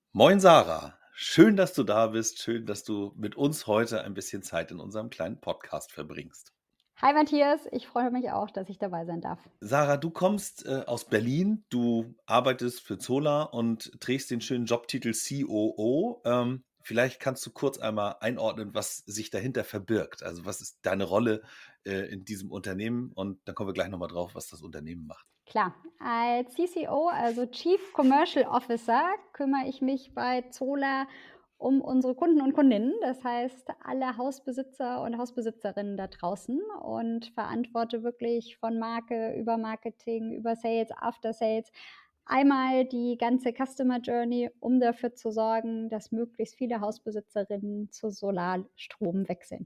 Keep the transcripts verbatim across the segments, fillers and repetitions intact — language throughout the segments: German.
Moin Sarah, schön, dass du da bist. Schön, dass du mit uns heute ein bisschen Zeit in unserem kleinen Podcast verbringst. Hi Matthias, ich freue mich auch, dass ich dabei sein darf. Sarah, du kommst äh, aus Berlin, du arbeitest für Zola und trägst den schönen Jobtitel C O O. Ähm, vielleicht kannst du kurz einmal einordnen, was sich dahinter verbirgt. Also was ist deine Rolle äh, in diesem Unternehmen? Und dann kommen wir gleich nochmal drauf, was das Unternehmen macht. Klar, als C C O, also Chief Commercial Officer, kümmere ich mich bei Zola um unsere Kunden und Kundinnen, das heißt alle Hausbesitzer und Hausbesitzerinnen da draußen und verantworte wirklich von Marke über Marketing, über Sales, After Sales, einmal die ganze Customer Journey, um dafür zu sorgen, dass möglichst viele Hausbesitzerinnen zu Solarstrom wechseln.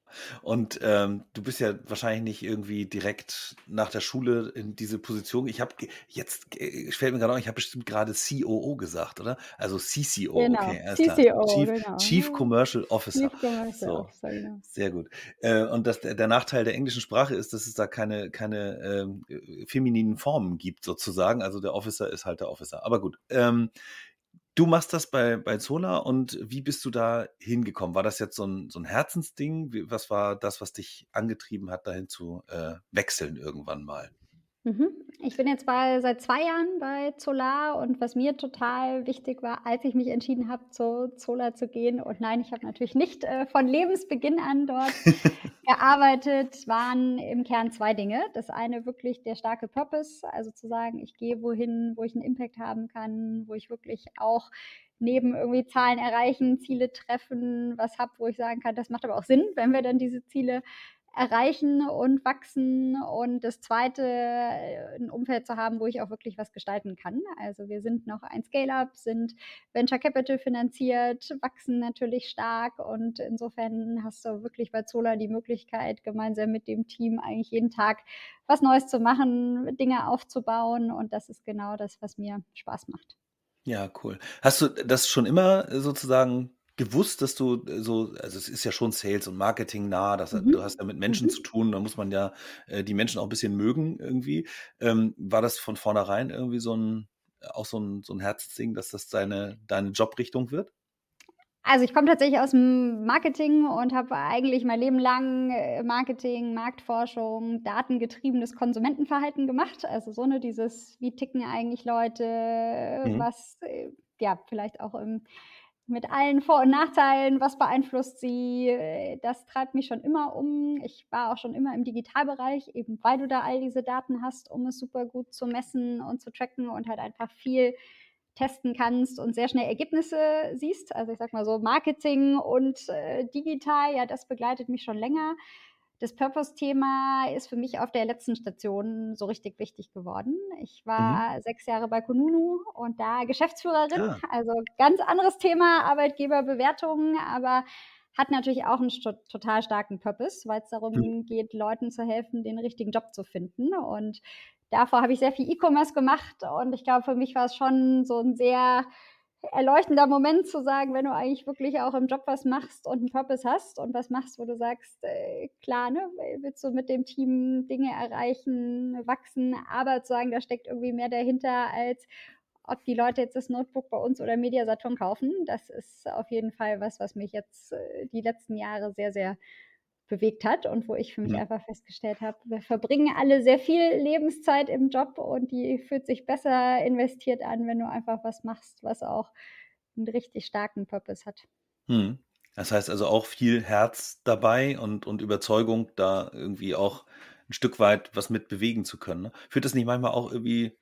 Und ähm, du bist ja wahrscheinlich nicht irgendwie direkt nach der Schule in diese Position. Ich habe jetzt äh, fällt mir gerade auf, ich habe bestimmt gerade C O O gesagt, oder? Also C C O, Genau, okay, alles klar. C C O, Chief, genau, Chief ne? Commercial Officer. Chief Commercial So, Officer, genau. sehr gut. Äh, und das, der, der Nachteil der englischen Sprache ist, dass es da keine, keine ähm, äh, femininen Formen gibt, sozusagen. Also der Officer ist halt der Officer. Aber gut. Ähm, Du machst das bei bei Zola und wie bist du da hingekommen? War das jetzt so 'n so 'n Herzensding? Wie was war das, was dich angetrieben hat, dahin zu, äh, wechseln irgendwann mal? Mhm. Ich bin jetzt bei seit zwei Jahren bei Solar und was mir total wichtig war, als ich mich entschieden habe, zu Solar zu gehen und nein, ich habe natürlich nicht, äh, von Lebensbeginn an dort gearbeitet, waren im Kern zwei Dinge. Das eine wirklich der starke Purpose, also zu sagen, ich gehe wohin, wo ich 'n Impact haben kann, wo ich wirklich auch neben irgendwie Zahlen erreichen, Ziele treffen, was habe, wo ich sagen kann, das macht aber auch Sinn, wenn wir dann diese Ziele erreichen und wachsen. Und das Zweite, äh, 'n Umfeld zu haben, wo ich auch wirklich was gestalten kann. Also, wir sind noch ein Scale-up, sind Venture Capital finanziert, wachsen natürlich stark und insofern hast du wirklich bei Zola die Möglichkeit, gemeinsam mit dem Team eigentlich jeden Tag was Neues zu machen, Dinge aufzubauen und das ist genau das, was mir Spaß macht. Ja, cool. Hast du das schon immer äh, sozusagen gewusst, dass du äh, so also, es ist ja schon Sales und Marketing nah, das hat du hast Mhm. ja mit Menschen Mhm. zu tun, da muss man ja, äh, die Menschen auch 'n bisschen mögen irgendwie. Ähm, war das von vornherein irgendwie so 'n auch so 'n so 'n Herzensding, dass das deine deine Jobrichtung wird? Also, ich komme tatsächlich aus'm Marketing und habe eigentlich mein Leben lang, äh, Marketing, Marktforschung, datengetriebenes Konsumentenverhalten gemacht. Also, so, ne, dieses: Wie ticken eigentlich Leute, Mhm. was, äh ja, vielleicht auch, ähm, mit allen Vor und Nachteilen, was beeinflusst sie? Äh, das treibt mich schon immer um. Ich war auch schon immer im Digitalbereich, eben weil du da all diese Daten hast, um es super gut zu messen und zu tracken und halt einfach viel testen kannst und sehr schnell Ergebnisse siehst. Also, ich sage mal so, Marketing und, äh, digital, ja, das begleitet mich schon länger. Das Purpose-Thema ist für mich auf der letzten Station so richtig wichtig geworden. Ich Mhm. war sechs Jahre bei kununu und da Geschäftsführerin, Ah. also ganz anderes Thema, Arbeitgeberbewertung, aber hat natürlich auch 'n sto total starken Purpose, weil's Mhm. darum geht, Leuten zu helfen, den richtigen Job zu finden. Und davor habe ich sehr viel E-Commerce gemacht und ich glaube, für mich war's schon so 'n sehr erleuchtender Moment zu sagen, wenn du eigentlich wirklich auch im Job was machst und 'n Purpose hast und was machst, wo du sagst, äh, klar, ne, willst du mit dem Team Dinge erreichen, wachsen, aber zu sagen, da steckt irgendwie mehr dahinter, als ob die Leute jetzt das Notebook bei uns oder Media-Saturn kaufen. Das ist auf jeden Fall was, was mich jetzt, äh, die letzten Jahre sehr, sehr bewegt hat und wo ich für mich Mhm. einfach festgestellt habe, wir verbringen alle sehr viel Lebenszeit im Job und die fühlt sich besser investiert an, wenn du einfach was machst, was auch 'n richtig starken Purpose hat. Mhm. Das heißt also auch viel Herz dabei und und Überzeugung, da irgendwie auch 'n Stück weit was mit bewegen zu können, ne? Führt das nicht manchmal auch irgendwie,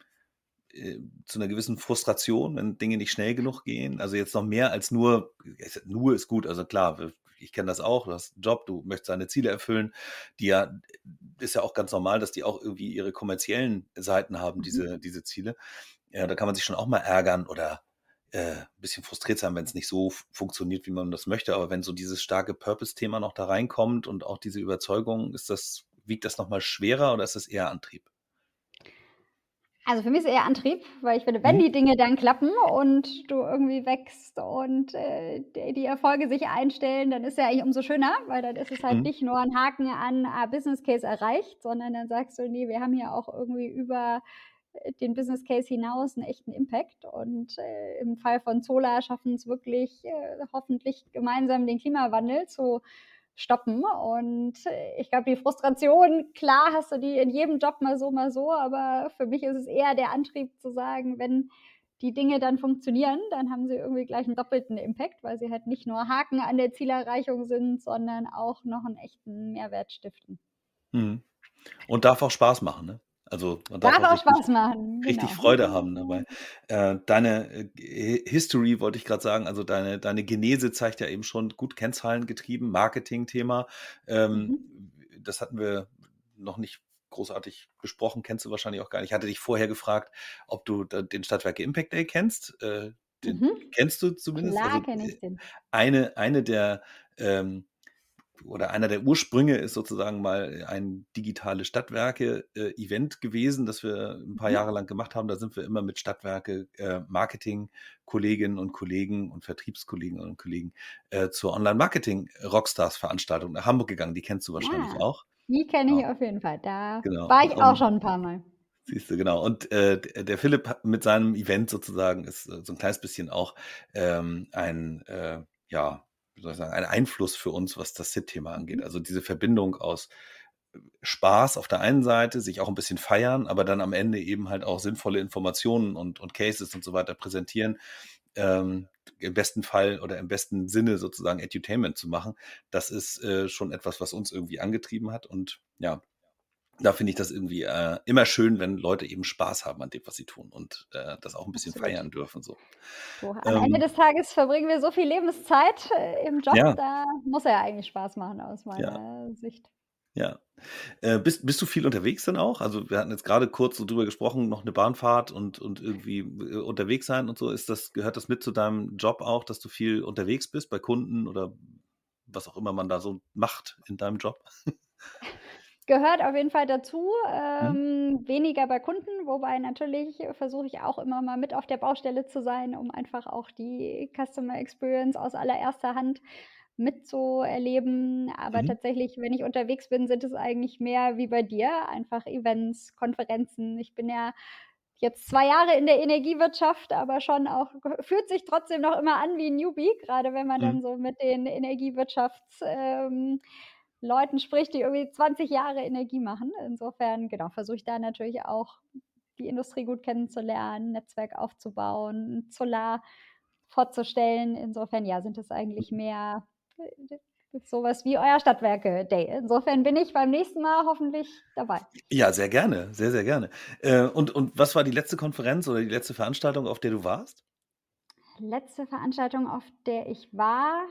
äh, zu 'ner gewissen Frustration, wenn Dinge nicht schnell genug gehen? Also, jetzt noch mehr als nur es nur ist gut, also klar, w ich kenne das auch, du hast 'n Job, du möchtest deine Ziele erfüllen, die ja ist ja auch ganz normal, dass die auch irgendwie ihre kommerziellen Seiten haben, Mhm. diese diese Ziele. Ja, da kann man sich schon auch mal ärgern oder, äh, bisschen frustriert sein, wenn's nicht so f funktioniert, wie man das möchte. Aber wenn so dieses starke Purpose-Thema noch da reinkommt und auch diese Überzeugung, ist das wiegt das noch mal schwerer oder ist das eher Antrieb? Also, für mich ist eher Antrieb, weil ich finde, wenn Mhm. die Dinge dann klappen und du irgendwie wächst und, äh, d die Erfolge sich einstellen, dann ist ja eigentlich umso schöner, weil dann ist es halt Mhm. nicht nur 'n Haken an, ah, Business Case erreicht, sondern dann sagst du: „Ne, wir haben hier auch irgendwie über den Business Case hinaus 'n echten Impact und, äh, im Fall von Zola schaffen's wirklich, äh, hoffentlich gemeinsam den Klimawandel zu stoppen. Und, äh, ich glaube, die Frustration, klar hast du die in jedem Job mal so, mal so, aber für mich ist es eher der Antrieb zu sagen, wenn die Dinge dann funktionieren, dann haben sie irgendwie gleich 'n doppelten Impact, weil sie halt nicht nur Haken an der Zielerreichung sind, sondern auch noch 'n echten Mehrwert stiften. Mhm. Und darf auch Spaß machen, ne? Also, man darf Darf auch auch richtig Spaß machen, richtig genau. Freude haben dabei. Äh, deine, äh, Hi History wollte ich grad sagen, also deine deine Genese zeigt ja eben schon gut kennzahlengetrieben, Marketingthema. Ähm, Mhm. das hatten wir noch nicht großartig besprochen, kennst du wahrscheinlich auch gar nicht. Ich hatte dich vorher gefragt, ob du da den Stadtwerke Impact Day kennst. Äh, den Mhm. kennst du zumindest. Also, Klar kenne äh, ich den. eine eine der, ähm oder einer der Ursprünge ist sozusagen mal ein digitale Stadtwerke, äh, Event gewesen, das wir 'n paar Mhm. Jahre lang gemacht haben. Da sind wir immer mit Stadtwerke, äh, Marketingkolleginnen und Kollegen und Vertriebskolleginnen und Kollegen, äh, zur Online-Marketing-Rockstars-Veranstaltung nach Hamburg gegangen. Die kennst du wahrscheinlich Ah, auch. die kenne ich Genau. auf jeden Fall. Da Genau. war ich auch Und schon 'n paarmal. siehst du, genau. Und, äh, d der Philipp hat mit seinem Event sozusagen ist so 'n kleines bisschen auch, ähm, ein, äh, ja, wie soll ich sagen, ein Einfluss für uns, was das SID-Thema angeht. Mhm. Also, diese Verbindung aus Spaß auf der einen Seite, sich auch 'n bisschen feiern, aber dann am Ende eben halt auch sinnvolle Informationen und und Cases und so weiter präsentieren. Ähm, im besten Fall oder im besten Sinne sozusagen Edutainment zu machen. Das ist, äh, schon etwas, was uns irgendwie angetrieben hat. Und ja, da finde ich das irgendwie, äh, immer schön, wenn Leute eben Spaß haben an dem, was sie tun und, äh, das auch 'n bisschen Absolut. feiern dürfen so. Du, am Ende Ähm des Tages verbringen wir so viel Lebenszeit, äh, im Job, Ja. da muss er ja eigentlich Spaß machen aus Ja. meiner Sicht. Ja. Äh, bist bist du viel unterwegs dann auch? Also, wir hatten jetzt grade kurz so drüber gesprochen, noch 'ne Bahnfahrt und und irgendwie, äh, unterwegs sein und so. Ist das gehört das mit zu deinem Job auch, dass du viel unterwegs bist bei Kunden oder was auch immer man da so macht in deinem Job? Gehört auf jeden Fall dazu, Mhm. ähm, weniger bei Kunden, wobei natürlich versuche ich auch immer mal mit auf der Baustelle zu sein, um einfach auch die Customer Experience aus allererster Hand mitzuerleben. Aber Mhm. tatsächlich, wenn ich unterwegs bin, sind es eigentlich mehr wie bei dir, einfach Events, Konferenzen. Ich bin ja jetzt zwei Jahre in der Energiewirtschaft, aber schon auch g fühlt sich trotzdem noch immer an wie 'n Newbie, grade wenn man Mhm. dann so mit den Energiewirtschafts ähm, Leuten spricht, die irgendwie zwanzig Jahre Energie machen. Insofern, genau, versuche ich da natürlich auch, die Industrie gut kennenzulernen, Netzwerk aufzubauen, Solar vorzustellen. Insofern, ja, sind das eigentlich Mhm. mehr, äh, d so was wie euer Stadtwerke Day. Insofern bin ich beim nächsten Mal hoffentlich dabei. Ja, sehr gerne, sehr, sehr gerne. Äh, und und was war die letzte Konferenz oder die letzte Veranstaltung, auf der du warst? Letzte Veranstaltung, auf der ich war,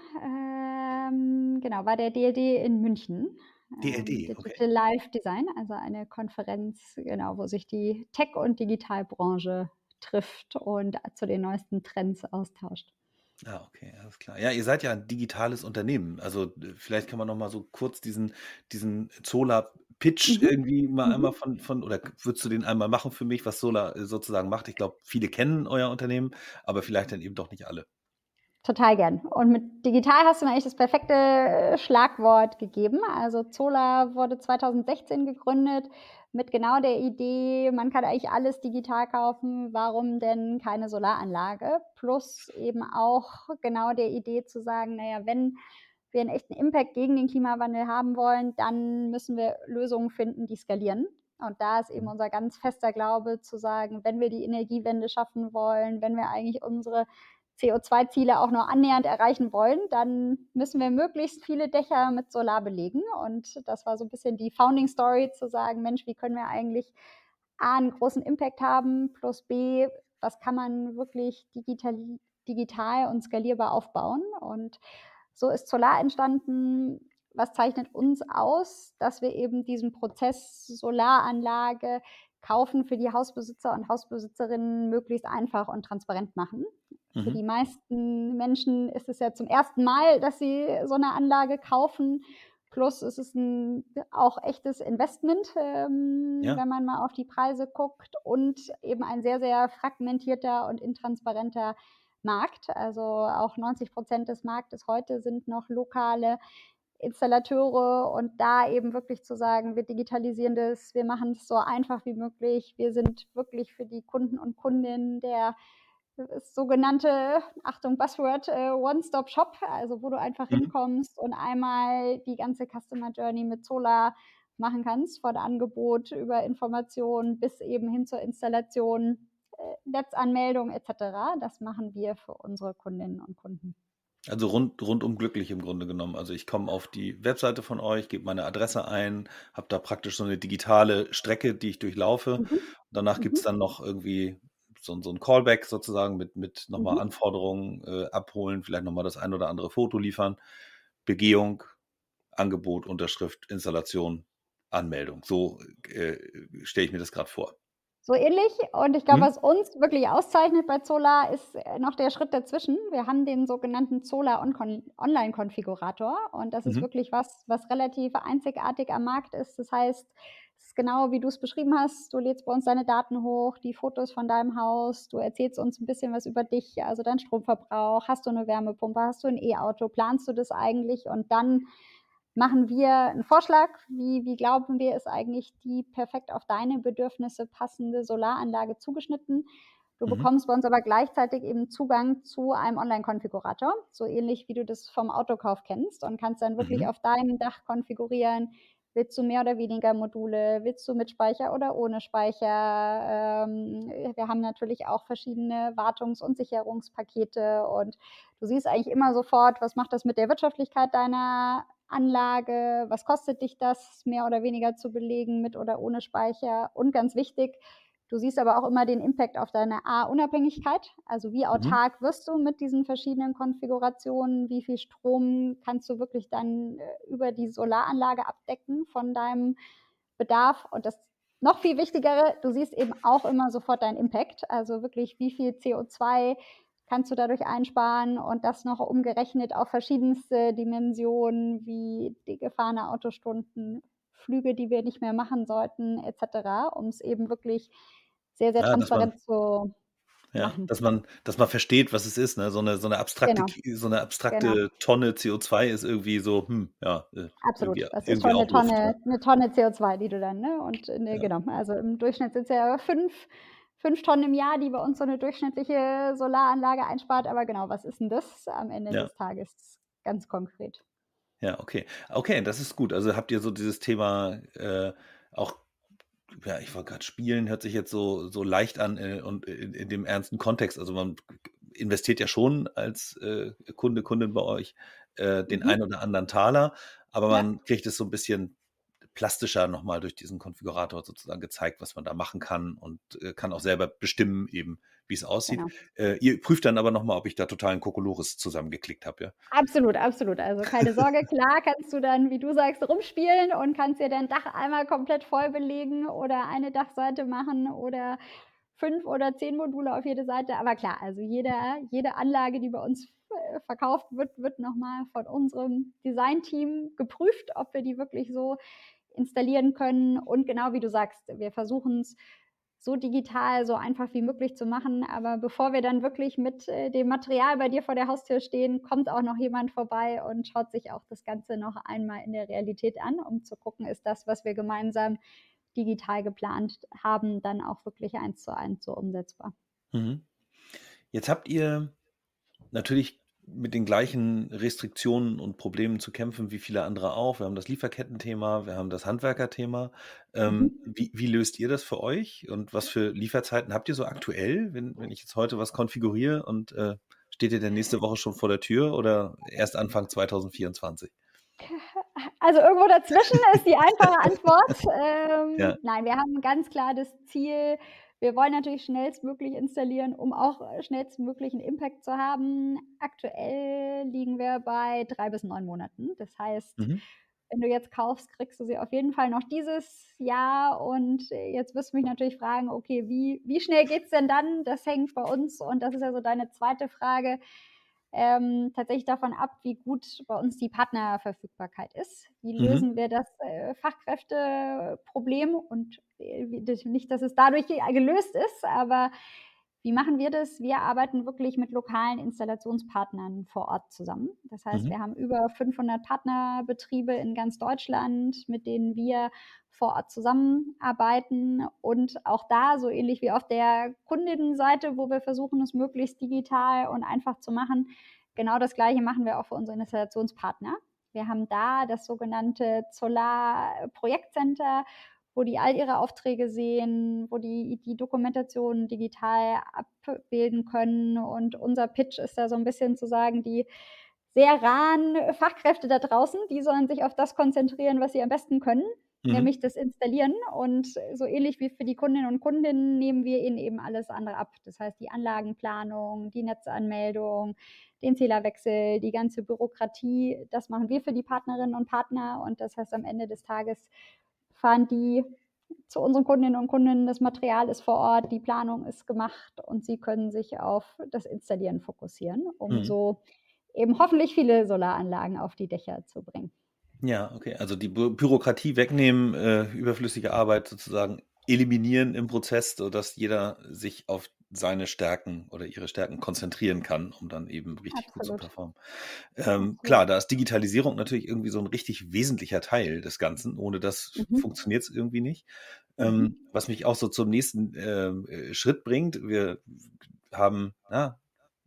ähm, genau, war der D-L-D in München, ähm, D-L-D, okay. Digital Life Design, also eine Konferenz, genau, wo sich die Tech und Digitalbranche trifft und zu den neuesten Trends austauscht. Ah, okay, alles klar. Ja, ihr seid ja 'n digitales Unternehmen. Also, d vielleicht kann man noch mal so kurz diesen diesen Solar-Pitch Mhm. irgendwie mal einmal Mhm. von von oder k würdest du den einmal machen für mich, was Solar, äh, sozusagen macht? Ich glaube, viele kennen euer Unternehmen, aber vielleicht dann eben doch nicht alle. Total gern. Und mit digital hast du mir eigentlich das perfekte Schlagwort gegeben. Also, Zola wurde zweitausendsechzehn gegründet mit genau der Idee, man kann eigentlich alles digital kaufen, warum denn keine Solaranlage? Plus eben auch genau der Idee zu sagen: „Na ja, wenn wir 'n echten Impact gegen den Klimawandel haben wollen, dann müssen wir Lösungen finden, die skalieren.“ Und da ist eben Mhm. unser ganz fester Glaube zu sagen, wenn wir die Energiewende schaffen wollen, wenn wir eigentlich unsere CO2-Ziele auch nur annähernd erreichen wollen, dann müssen wir möglichst viele Dächer mit Solar belegen. Und das war so 'n bisschen die Founding Story zu sagen: „Mensch, wie können wir eigentlich A 'n großen Impact haben plus B, was kann man wirklich digitali digital und skalierbar aufbauen?“ Und so ist Solar entstanden. Was zeichnet uns aus? Dass wir eben diesen Prozess Solaranlage kaufen für die Hausbesitzer und Hausbesitzerinnen möglichst einfach und transparent machen. Für Mhm. die meisten Menschen ist es ja zum ersten Mal, dass sie so 'ne Anlage kaufen. Plus es ist 'n auch echtes Investment, ähm, Ja. wenn man mal auf die Preise guckt und eben ein sehr, sehr fragmentierter und intransparenter Markt. Also, auch neunzig Prozent des Marktes heute sind noch lokale Installateure und da eben wirklich zu sagen: „Wir digitalisieren das, wir machen es so einfach wie möglich. Wir sind wirklich für die Kunden und Kundinnen der äh, sogenannte, Achtung, Buzzword, äh, One-Stop-Shop, also wo du einfach Mhm. hinkommst und einmal die ganze Customer Journey mit Solar machen kannst, von Angebot über Informationen bis eben hin zur Installation, äh, Netzanmeldung et cetera. Das machen wir für unsere Kundinnen und Kunden. Also rund rundum glücklich im Grunde genommen. Also, ich komme auf die Webseite von euch, gebe meine Adresse ein, habe da praktisch so 'ne digitale Strecke, die ich durchlaufe. Mhm. Danach gibt's Mhm. dann noch irgendwie so 'n so 'n Callback sozusagen mit mit noch mal Mhm. Anforderungen, äh, abholen, vielleicht noch mal das ein oder andere Foto liefern, Begehung, Angebot, Unterschrift, Installation, Anmeldung. So, äh, stelle ich mir das grad vor. So ähnlich und ich glaube, Mhm. was uns wirklich auszeichnet bei Zola, ist, äh, noch der Schritt dazwischen. Wir haben den sogenannten Zola Onkon Online-Konfigurator und das ist Mhm. wirklich was, was relativ einzigartig am Markt ist. Das heißt, es ist genau wie du's beschrieben hast. Du lädst bei uns deine Daten hoch, die Fotos von deinem Haus, du erzählst uns 'n bisschen was über dich, also deinen Stromverbrauch. Hast du 'ne Wärmepumpe? Hast du 'n E-Auto? Planst du das eigentlich? Und dann machen wir 'n Vorschlag, wie wie glauben wir, ist eigentlich die perfekt auf deine Bedürfnisse passende Solaranlage zugeschnitten. Du Mhm. bekommst bei uns aber gleichzeitig eben Zugang zu einem Online-Konfigurator, so ähnlich wie du das vom Autokauf kennst und kannst dann wirklich Mhm. auf deinem Dach konfigurieren: Willst du mehr oder weniger Module? Willst du mit Speicher oder ohne Speicher? Ähm, wir haben natürlich auch verschiedene Wartungs und Sicherungspakete und du siehst eigentlich immer sofort, was macht das mit der Wirtschaftlichkeit deiner Anlage? Was kostet dich das, mehr oder weniger zu belegen mit oder ohne Speicher? Und ganz wichtig, du siehst aber auch immer den Impact auf deine A Unabhängigkeit. Also, wie Mhm. autark wirst du mit diesen verschiedenen Konfigurationen? Wie viel Strom kannst du wirklich dann, äh, über die Solaranlage abdecken von deinem Bedarf? Und das noch viel Wichtigere, du siehst eben auch immer sofort deinen Impact, also wirklich, wie viel C O zwei kannst du dadurch einsparen und das noch umgerechnet auf verschiedenste Dimensionen wie die gefahrene Autostunden, Flüge, die wir nicht mehr machen sollten et cetera, um's eben wirklich sehr, sehr Ja, dass man transparent zu ja, machen. dass man dass man versteht, was es ist, ne? So 'ne so 'ne abstrakte Genau. Ki so 'ne Genau. abstrakte Tonne CO zwei ist irgendwie so, hm, ja, äh, Absolut. irgendwie Das ist irgendwie schon 'ne auch Luft, ne? Tonne 'ne Tonne CO zwei, die du dann, ne und, ne, Ja. genau. Also, im Durchschnitt sind's ja fünf fünf Tonnen im Jahr, die bei uns so 'ne durchschnittliche Solaranlage einspart. Aber genau, was ist 'n das am Ende Ja. des Tages ganz konkret? Ja, okay. Okay, das ist gut. Also, habt ihr so dieses Thema, äh, auch ja, ich wollte grad spielen, hört sich jetzt so so leicht an, äh, und in in dem ernsten Kontext. Also, man investiert ja schon als, äh, Kunde, Kundin bei euch, äh, den Mhm. einen oder anderen Taler, aber Ja. man kriegt es so 'n bisschen plastischer noch mal durch diesen Konfigurator sozusagen gezeigt, was man da machen kann und, äh, kann auch selber bestimmen eben, wie's aussieht. Genau. Äh, ihr prüft dann aber noch mal, ob ich da totalen Kokolores zusammengeklickt habe, ja? Absolut, absolut. Also, keine Sorge, klar kannst du dann, wie du sagst, rumspielen und kannst dir dein Dach einmal komplett voll belegen oder eine Dachseite machen oder fünf oder zehn Module auf jede Seite. Aber klar, also jeder jede Anlage, die bei uns, äh, verkauft wird, wird noch mal von unserem Designteam geprüft, ob wir die wirklich so installieren können. Und genau wie du sagst, wir versuchen's so digital, so einfach wie möglich zu machen. Aber bevor wir dann wirklich mit, äh, dem Material bei dir vor der Haustür stehen, kommt auch noch jemand vorbei und schaut sich auch das Ganze noch einmal in der Realität an, um zu gucken, ist das, was wir gemeinsam digital geplant haben, dann auch wirklich eins zu eins so umsetzbar. Mhm. Jetzt habt ihr natürlich mit den gleichen Restriktionen und Problemen zu kämpfen wie viele andere auch. Wir haben das Lieferkettenthema, wir haben das Handwerkerthema. Ähm, Mhm. wie wie löst ihr das für euch und was für Lieferzeiten habt ihr so aktuell, wenn wenn ich jetzt heute was konfiguriere und, äh, steht der denn nächste Woche schon vor der Tür oder erst Anfang zweitausendvierundzwanzig? Also, irgendwo dazwischen ist die einfache Antwort. Ähm, Ja. nein, wir haben ganz klar das Ziel, wir wollen natürlich schnellstmöglich installieren, um auch, äh, schnellstmöglichen Impact zu haben. Aktuell liegen wir bei drei bis neun Monaten. Das heißt, Mhm. wenn du jetzt kaufst, kriegst du sie auf jeden Fall noch dieses Jahr und, äh, jetzt wirst du mich natürlich fragen: „Okay, wie wie schnell geht's denn dann?“ Das hängt bei uns und das ist ja so deine zweite Frage, ähm, tatsächlich davon ab, wie gut bei uns die Partnerverfügbarkeit ist. Wie Mhm. lösen wir das, äh, Fachkräfteproblem und, äh, wie das nicht, dass es dadurch ge gelöst ist, aber Wie machen wir das? Wir arbeiten wirklich mit lokalen Installationspartnern vor Ort zusammen. Das heißt, Mhm. wir haben über fünfhundert Partnerbetriebe in ganz Deutschland, mit denen wir vor Ort zusammenarbeiten und auch da, so ähnlich wie auf der Kundinnenseite, wo wir versuchen, es möglichst digital und einfach zu machen, genau das Gleiche machen wir auch für unsere Installationspartner. Wir haben da das sogenannte Solar Projektcenter, wo die all ihre Aufträge sehen, wo die die Dokumentation digital abbilden können. Und unser Pitch ist da so ein bisschen zu sagen, die sehr raren Fachkräfte da draußen, die sollen sich auf das konzentrieren, was sie am besten können, Mhm. nämlich das Installieren. Und so ähnlich wie für die Kundinnen und Kunden nehmen wir ihnen eben alles andere ab. Das heißt, die Anlagenplanung, die Netzanmeldung, den Zählerwechsel, die ganze Bürokratie, das machen wir für die Partnerinnen und Partner. Und das heißt, am Ende des Tages fahren die zu unseren Kundinnen und Kunden, das Material ist vor Ort, die Planung ist gemacht und sie können sich auf das Installieren fokussieren, um Mhm. so eben hoffentlich viele Solaranlagen auf die Dächer zu bringen. Ja, okay. Also die Bü Bürokratie wegnehmen, äh, überflüssige Arbeit sozusagen eliminieren im Prozess, sodass jeder sich auf seine Stärken oder ihre Stärken konzentrieren kann, um dann eben richtig gut zu Absolut, performen. Ähm, absolut. klar, da ist Digitalisierung natürlich irgendwie so ein richtig wesentlicher Teil des Ganzen. Ohne das Mhm. funktioniert es irgendwie nicht. Mhm. Ähm, was mich auch so zum nächsten, ähm, äh, Schritt bringt. Wir haben, ja,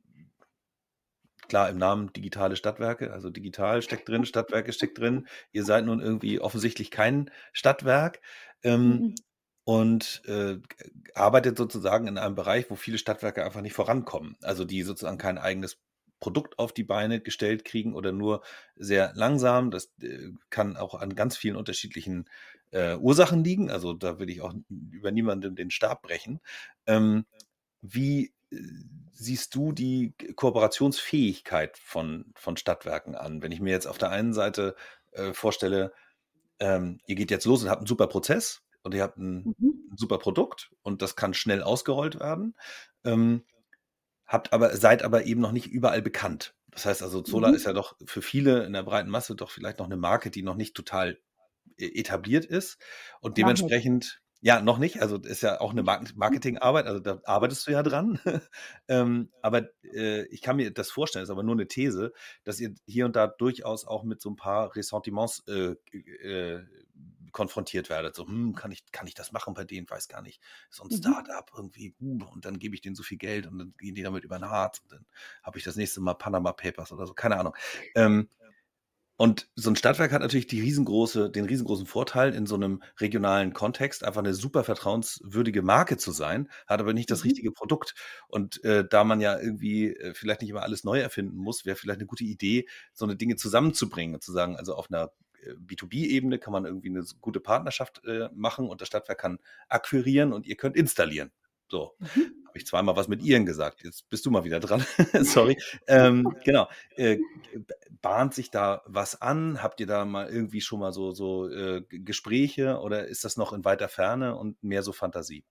klar, im Namen digitale Stadtwerke, also digital steckt drin, Stadtwerke steckt drin. Ihr seid nun irgendwie offensichtlich kein Stadtwerk, ähm, Mhm. und, äh, g arbeitet sozusagen in einem Bereich, wo viele Stadtwerke einfach nicht vorankommen. Also, die sozusagen kein eigenes Produkt auf die Beine gestellt kriegen oder nur sehr langsam. Das, äh, kann auch an ganz vielen unterschiedlichen, äh, Ursachen liegen. Also, da will ich auch n über niemandem den Stab brechen. Ähm, wie, äh, siehst du die K Kooperationsfähigkeit von von Stadtwerken an? Wenn ich mir jetzt auf der einen Seite, äh, vorstelle, ähm, ihr geht jetzt los und habt 'n super Prozess und ihr habt 'n Mhm. 'n super Produkt und das kann schnell ausgerollt werden, ähm, habt aber seid aber eben noch nicht überall bekannt. Das heißt also, Solar ist ja Mhm. doch für viele in der breiten Masse doch vielleicht noch 'ne Marke, die noch nicht total e etabliert ist und Noch nicht. dementsprechend ja, noch nicht, also, ist ja auch 'ne Marken Marketingarbeit, also, da arbeitest du ja dran. Ähm, aber, äh, ich kann mir das vorstellen, ist aber nur 'ne These, dass ihr hier und da durchaus auch mit so 'n paar Ressentiments, äh, g äh, konfrontiert werdet. So: „Hm, kann ich kann ich das machen bei denen? Weiß gar nicht. So 'n Mhm. Start-up irgendwie, uh, und dann gebe ich denen so viel Geld und dann gehen die damit über 'n Harz und dann habe ich das nächste Mal Panama Papers oder so“, keine Ahnung. Ähm, und so 'n Stadtwerk hat natürlich die riesengroße den riesengroßen Vorteil, in so 'nem regionalen Kontext einfach 'ne super vertrauenswürdige Marke zu sein, hat aber nicht das Mhm. richtige Produkt. Und, äh, da man ja irgendwie, äh, vielleicht nicht immer alles neu erfinden muss, wäre vielleicht 'ne gute Idee, so 'ne Dinge zusammenzubringen und zu sagen, also, auf 'ner, äh, B to B-Ebene kann man irgendwie 'ne s gute Partnerschaft, äh, machen und das Stadtwerk kann akquirieren und ihr könnt installieren. So, Mhm. habe ich zweimal was mit ihren gesagt. Jetzt bist du mal wieder dran. Sorry. Ähm, genau. Äh, g b bahnt sich da was an? Habt ihr da mal irgendwie schon mal so so, äh, G Gespräche oder ist das noch in weiter Ferne und mehr so Fantasie?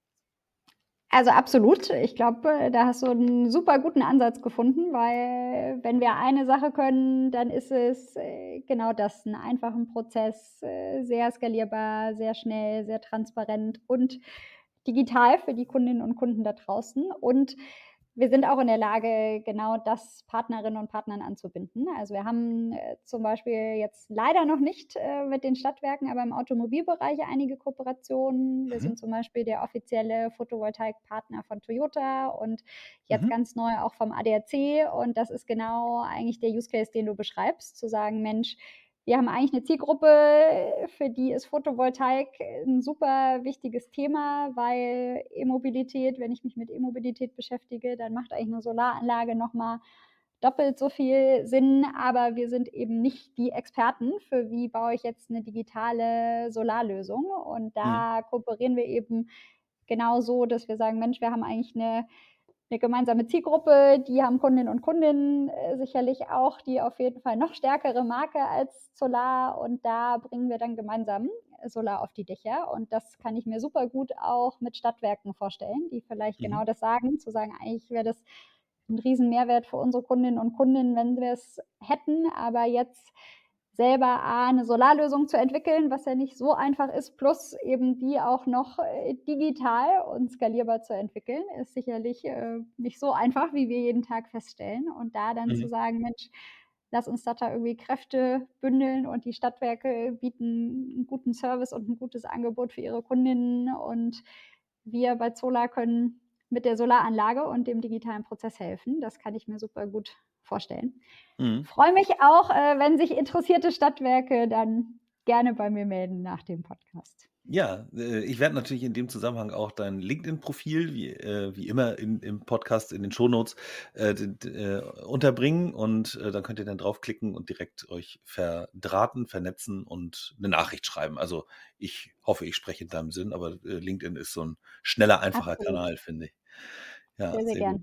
Also, absolut. Ich glaube, da hast du 'n super guten Ansatz gefunden, weil wenn wir eine Sache können, dann ist es, äh, genau das, 'n einfachen Prozess, äh, sehr skalierbar, sehr schnell, sehr transparent und digital für die Kundinnen und Kunden da draußen. Und wir sind auch in der Lage, genau das Partnerinnen und Partnern anzubinden. Also, wir haben, äh, zum Beispiel jetzt leider noch nicht, äh, mit den Stadtwerken, aber im Automobilbereich einige Kooperationen. Wir Mhm. sind zum Beispiel der offizielle Photovoltaikpartner von Toyota und jetzt Mhm. ganz neu auch vom A D A C. Und das ist genau eigentlich der Use Case, den du beschreibst, zu sagen: „Mensch, wir haben eigentlich 'ne Zielgruppe, für die ist Photovoltaik 'n super wichtiges Thema, weil E-Mobilität wenn ich mich mit E-Mobilität beschäftige, dann macht eigentlich 'ne Solaranlage noch mal doppelt so viel Sinn, aber wir sind eben nicht die Experten für wie baue ich jetzt 'ne digitale Solarlösung?“ Und Mhm. da kooperieren wir eben genau so, dass wir sagen: „Mensch, wir haben eigentlich 'ne 'ne gemeinsame Zielgruppe, die haben Kundinnen und Kunden, äh, sicherlich auch, die auf jeden Fall noch stärkere Marke als Solar und da bringen wir dann gemeinsam Solar auf die Dächer.“ Und das kann ich mir super gut auch mit Stadtwerken vorstellen, die vielleicht Mhm. genau das sagen, zu sagen: „Eigentlich wäre das 'n Riesenmehrwert für unsere Kundinnen und Kunden, wenn wir es hätten, aber jetzt selber A, 'ne Solarlösung zu entwickeln, was ja nicht so einfach ist, plus eben die auch noch, äh, digital und skalierbar zu entwickeln, ist sicherlich, äh, nicht so einfach, wie wir jeden Tag feststellen. Und da dann zu Mhm. sagen: „Mensch, lass uns doch da irgendwie Kräfte bündeln und die Stadtwerke bieten 'n guten Service und 'n gutes Angebot für ihre Kundinnen und wir bei Zola können mit der Solaranlage und dem digitalen Prozess helfen.“ Das kann ich mir super gut vorstellen. Mhm. Freue mich auch, äh, wenn sich interessierte Stadtwerke dann gerne bei mir melden nach dem Podcast. Ja, äh, ich werde natürlich in dem Zusammenhang auch dein LinkedIn-Profil wie äh, wie immer in im Podcast in den Shownotes, äh, d d äh, unterbringen und, äh, dann könnt ihr dann draufklicken und direkt euch verdrahten, vernetzen und 'ne Nachricht schreiben. Also, ich hoffe, ich spreche in deinem Sinn, aber, äh, LinkedIn ist so 'n schneller, einfacher Absolut. Kanal, finde ich. Ja, Sehr, sehr sehr gut. gern.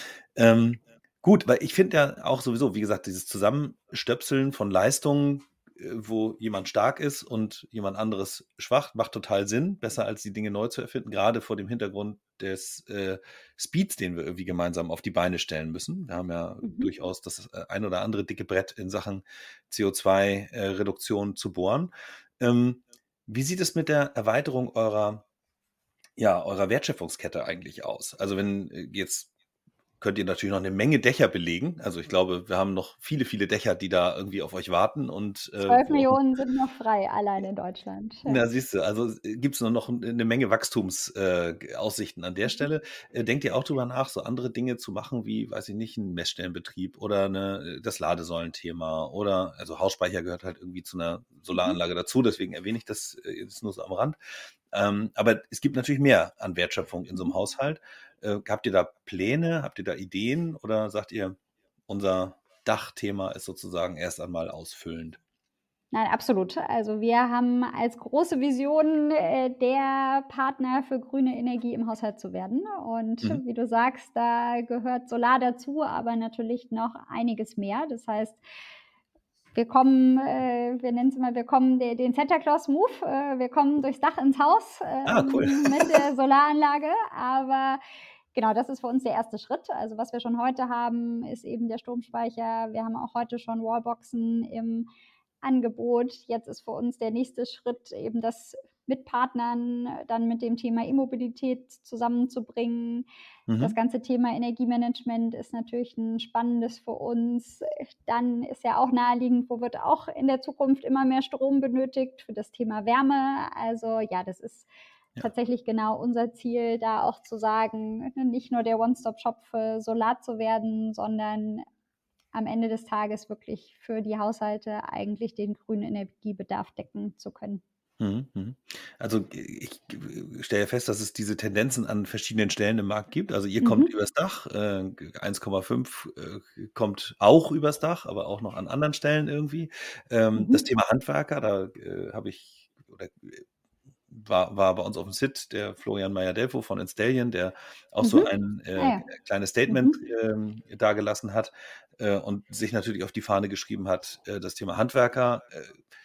Ähm, gut, weil ich finde ja auch sowieso, wie gesagt, dieses Zusammenstöpseln von Leistungen, äh, wo jemand stark ist und jemand anderes schwach, macht total Sinn, besser als die Dinge neu zu erfinden, grade vor dem Hintergrund des, äh, Speeds, den wir irgendwie gemeinsam auf die Beine stellen müssen. Wir haben ja Mhm. durchaus das, äh, ein oder andere dicke Brett in Sachen CO zwei, äh, Reduktion zu bohren. Ähm, wie sieht es mit der Erweiterung eurer ja, eurer Wertschöpfungskette eigentlich aus? Also, wenn, äh, jetzt könnt ihr natürlich noch 'ne Menge Dächer belegen. Also, ich glaube, wir haben noch viele, viele Dächer, die da irgendwie auf euch warten und, äh, zwölf wo auch Millionen sind noch frei allein in Deutschland, ja. Na, siehst du, also, äh, gibt's nur noch 'n 'ne Menge Wachstums äh, g Aussichten an der Mhm. Stelle. Äh, denkt ihr auch drüber nach, so andere Dinge zu machen wie, weiß ich nicht, 'n Messstellenbetrieb oder 'ne äh, das Ladesäulen-Thema oder also, Hausspeicher gehört halt irgendwie zu 'ner Mhm. Solaranlage dazu, deswegen erwähne ich das, äh, jetzt nur so am Rand. Ähm, aber es gibt natürlich mehr an Wertschöpfung in so 'nem Mhm. Haushalt. Äh, habt ihr da Pläne? Habt ihr da Ideen oder sagt ihr: „Unser Dachthema ist sozusagen erst einmal ausfüllend?“ Nein, absolut. Also, wir haben als große Vision, äh, der Partner für grüne Energie im Haushalt zu werden. Und Mhm. wie du sagst, da gehört Solar dazu, aber natürlich noch einiges mehr. Das heißt, wir kommen äh, wir nennen's immer, wir kommen de den Santa Claus Move, äh, wir kommen durchs Dach ins Haus, Ah, cool. ähm, mit der Solaranlage. Aber genau, das ist für uns der erste Schritt. Also, was wir schon heute haben, ist eben der Stromspeicher. Wir haben auch heute schon Wallboxen im Angebot. Jetzt ist für uns der nächste Schritt eben, das mit Partnern dann mit dem Thema E-Mobilität zusammenzubringen. Das Mhm. ganze Thema Energiemanagement ist natürlich 'n spannendes für uns. Dann ist ja auch naheliegend, wo wird auch in der Zukunft immer mehr Strom benötigt? Für das Thema Wärme. Also, ja, das ist Ja. tatsächlich genau unser Ziel, da auch zu sagen, ne, nicht nur der One-Stop-Shop für Solar zu werden, sondern am Ende des Tages wirklich für die Haushalte eigentlich den grünen Energiebedarf decken zu können. Mhm, mhm. Also, g ich g stelle ja fest, dass es diese Tendenzen an verschiedenen Stellen im Markt gibt. Also, ihr kommt Mhm. übers Dach, äh, g eins Komma fünf, äh, kommt auch übers Dach, aber auch noch an anderen Stellen irgendwie. Ähm, das Mhm. Thema Handwerker, da, äh, habe ich oder, äh, war war bei uns auf'm Sit der Florian Mayr-Delfow von Installion, der auch so Mhm. ein, Ah äh, ja. kleines Statement, Mhm. ähm, dagelassen hat, äh, und sich natürlich auf die Fahne geschrieben hat, äh, das Thema Handwerker, äh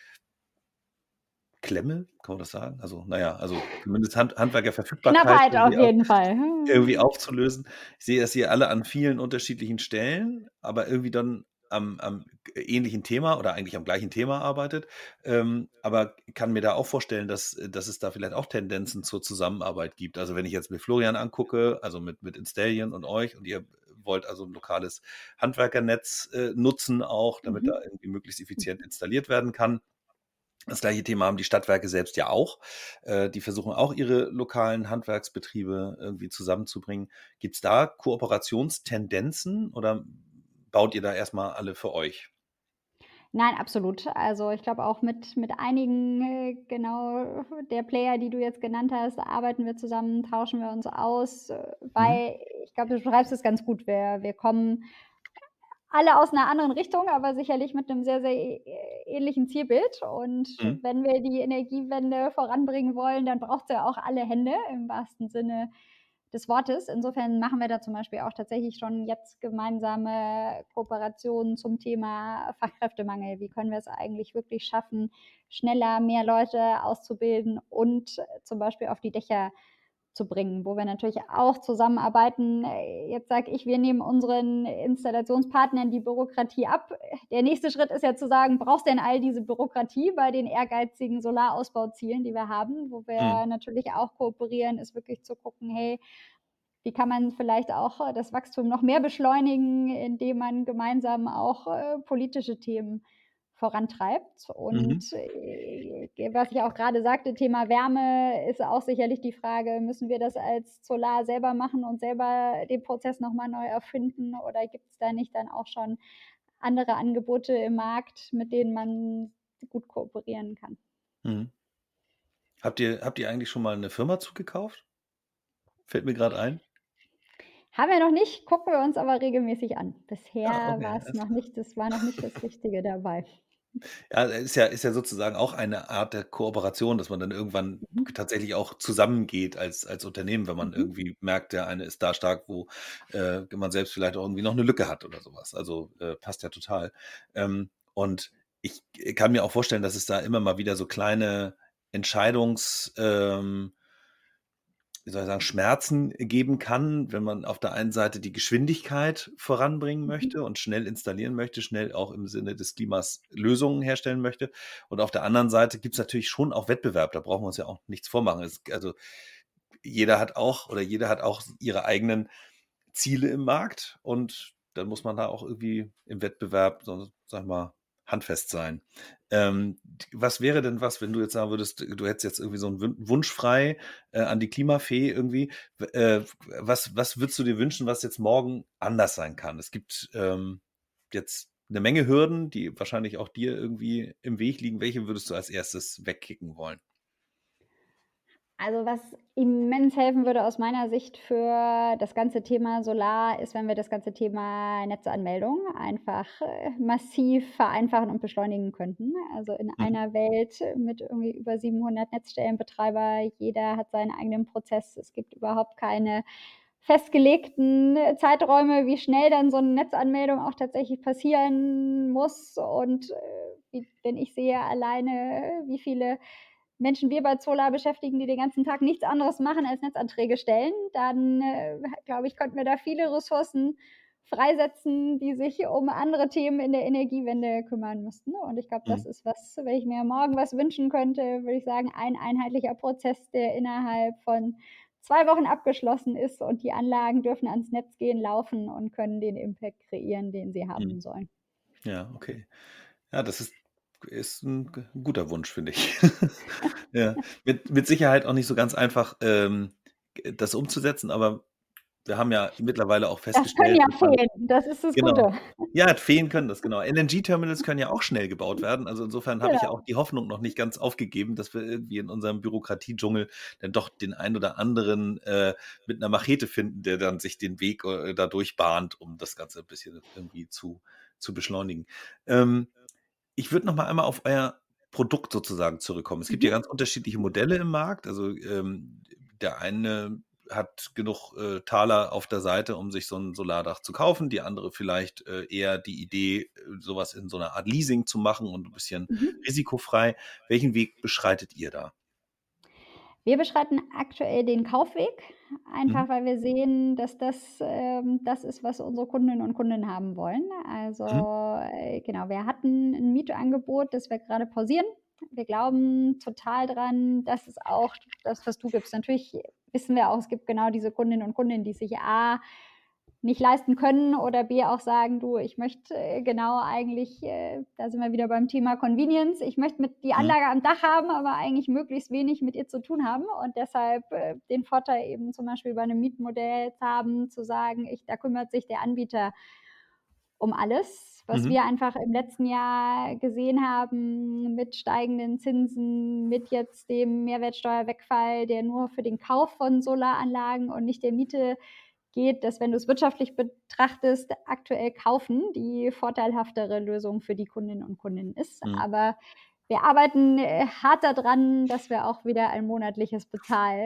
Klemme, kann man das sagen? Also, na ja, also, zumindest Hand Handwerkerverfügbarkeit Knappheit auf irgendwie au jeden Fall. irgendwie aufzulösen. Ich sehe, dass ihr alle an vielen unterschiedlichen Stellen, aber irgendwie dann am am ähnlichen Thema oder eigentlich am gleichen Thema arbeitet. Ähm, aber kann mir da auch vorstellen, dass äh, dass es da vielleicht auch Tendenzen zur Zusammenarbeit gibt. Also, wenn ich jetzt mir Florian angucke, also, mit mit Installion und euch und ihr wollt also 'n lokales Handwerkernetz, äh, nutzen auch, damit da Mhm. irgendwie möglichst effizient Mhm. installiert werden kann. Das gleiche Thema haben die Stadtwerke selbst ja auch. Äh, die versuchen auch, ihre lokalen Handwerksbetriebe irgendwie zusammenzubringen. Gibt's da Kooperationstendenzen oder baut ihr da erst mal alle für euch? Nein, absolut. Also, ich glaube auch mit mit einigen, äh, genau, der Player, die du jetzt genannt hast, arbeiten wir zusammen, tauschen wir uns aus, äh, Mhm. weil ich glaube, du beschreibst es ganz gut. Wir wir kommen alle aus 'ner anderen Richtung, aber sicherlich mit 'nem sehr, sehr ä ähnlichen Zielbild. Und Mhm. wenn wir die Energiewende voranbringen wollen, dann braucht's ja auch alle Hände im wahrsten Sinne des Wortes. Insofern machen wir da zum Beispiel auch tatsächlich schon jetzt gemeinsame Kooperationen zum Thema Fachkräftemangel. Wie können wir es eigentlich wirklich schaffen, schneller mehr Leute auszubilden und zum Beispiel auf die Dächer zu bringen, wo wir natürlich auch zusammenarbeiten. Äh, jetzt sage ich, wir nehmen unseren Installationspartnern die Bürokratie ab. Der nächste Schritt ist ja zu sagen: „Brauchst denn all diese Bürokratie bei den ehrgeizigen Solarausbauzielen, die wir haben?“ Wo Mhm. wir natürlich auch kooperieren, ist wirklich zu gucken: „Hey, wie kann man vielleicht auch, äh, das Wachstum noch mehr beschleunigen, indem man gemeinsam auch, äh, politische Themen vorantreibt?“ Mhm. Und, äh, was ich auch grade sagte, Thema Wärme ist auch sicherlich die Frage, müssen wir das als Solar selber machen und selber den Prozess noch mal neu erfinden oder gibt's da nicht dann auch schon andere Angebote im Markt, mit denen man gut kooperieren kann? Mhm. Habt ihr habt ihr eigentlich schon mal 'ne Firma zugekauft? Fällt mir grad ein. Haben wir noch nicht, gucken wir uns aber regelmäßig an. Ah, Bisher okay, war's alles noch klar. nicht das war noch nicht das Richtige dabei. Ja, ist ja ist ja sozusagen auch eine Art der Kooperation, dass man dann irgendwann Mhm. tatsächlich auch zusammengeht als als Unternehmen, wenn man Mhm. irgendwie merkt, der eine ist da stark, wo, äh, man selbst vielleicht auch irgendwie noch 'ne Lücke hat oder so was. Also, äh, passt ja total. Ähm, und ich, äh, kann mir auch vorstellen, dass es da immer mal wieder so kleine Entscheidungs ähm wie soll ich sagen, Schmerzen geben kann, wenn man auf der einen Seite die Geschwindigkeit voranbringen Mhm. möchte und schnell installieren möchte, schnell auch im Sinne des Klimas Lösungen herstellen möchte. Und auf der anderen Seite gibt's natürlich schon auch Wettbewerb, da brauchen wir uns ja auch nichts vormachen. Es also, jeder hat auch oder jede hat auch ihre eigenen Ziele im Markt und dann muss man da auch irgendwie im Wettbewerb, so sage ich mal, handfest sein. Ähm, d was wäre denn was, wenn du jetzt sagen würdest, du hättest jetzt irgendwie so 'n Wün Wunsch frei, äh, an die Klimafee irgendwie. W äh, was was würdest du dir wünschen, was jetzt morgen anders sein kann? Es gibt, ähm, jetzt 'ne Menge Hürden, die wahrscheinlich auch dir irgendwie im Weg liegen. Welche würdest du als erstes wegkicken wollen? Also, was immens helfen würde aus meiner Sicht für das ganze Thema Solar, ist, wenn wir das ganze Thema Netzanmeldung einfach, äh, massiv vereinfachen und beschleunigen könnten. Also, in Mhm. einer Welt mit irgendwie über siebenhundert Netzstellenbetreiber, jeder hat seinen eigenen Prozess. Es gibt überhaupt keine festgelegten Zeiträume, wie schnell dann so 'ne Netzanmeldung auch tatsächlich passieren muss. Und, äh, wie wenn ich sehe alleine, wie viele Menschen wir bei Zolar beschäftigen, die den ganzen Tag nichts anderes machen als Netzanträge stellen, dann, äh, glaube ich, könnten wir da viele Ressourcen freisetzen, die sich um andere Themen in der Energiewende kümmern müssten. Und ich glaube, das Mhm. ist was wenn ich mir morgen was wünschen könnte, würde ich sagen, ein einheitlicher Prozess, der innerhalb von zwei Wochen abgeschlossen ist und die Anlagen dürfen ans Netz gehen, laufen und können den Impact kreieren, den sie Mhm. haben sollen. Ja, okay. Ja, das ist ist 'n g guter Wunsch, finde ich. Ja, mit mit Sicherheit auch nicht so ganz einfach, ähm, g das umzusetzen, aber wir haben ja mittlerweile auch Das können festgestellt, ja dass man Feen, das ist das genau. Gute. Ja, Feen können das, genau. LNG-Terminals können ja auch schnell gebaut werden. Also, insofern habe ich ja auch Genau. die Hoffnung noch nicht ganz aufgegeben, dass wir irgendwie in unserem Bürokratiedschungel dann doch den einen oder anderen, äh, mit 'ner Machete finden, der dann sich den Weg, äh, da durchbahnt, um das Ganze 'n bisschen irgendwie zu zu beschleunigen. Ähm, ich würde noch mal einmal auf euer Produkt sozusagen zurückkommen. Es gibt ja Mhm. ganz unterschiedliche Modelle im Markt. Also, ähm, der eine hat genug, äh, Taler auf der Seite, um sich so 'n Solardach zu kaufen, die andere vielleicht, äh, eher die Idee, äh, so was in so 'ner Art Leasing zu machen und 'n bisschen Mhm. risikofrei. Welchen Weg beschreitet ihr da? Wir beschreiten aktuell den Kaufweg, Mhm. einfach weil wir sehen, dass das, ähm, das ist, was unsere Kundinnen und Kunden haben wollen. Also, Mhm. äh, genau, wir hatten 'n Mietangebot, das wir grade pausieren. Wir glauben total dran, dass es auch das, was du gibst natürlich wissen wir auch, es gibt genau diese Kundinnen und Kunden, die sich A nicht leisten können oder B auch sagen: „Du, ich möchte, äh, genau eigentlich, äh“ da sind wir wieder beim Thema Convenience. „Ich möchte mit die Mhm. Anlage am Dach haben, aber eigentlich möglichst wenig mit ihr zu tun haben.“ Und deshalb, äh, den Vorteil eben zum Beispiel bei 'nem Mietmodell zu haben, zu sagen, ich da kümmert sich der Anbieter um alles. Was Mhm. wir einfach im letzten Jahr gesehen haben mit steigenden Zinsen, mit jetzt dem Mehrwertsteuerwegfall, der nur für den Kauf von Solaranlagen und nicht der Miete geht, dass, wenn du's wirtschaftlich betrachtest, aktuell kaufen die vorteilhaftere Lösung für die Kundinnen und Kunden ist. Mhm. Aber wir arbeiten, äh, hart da dran, dass wir auch wieder ein monatliches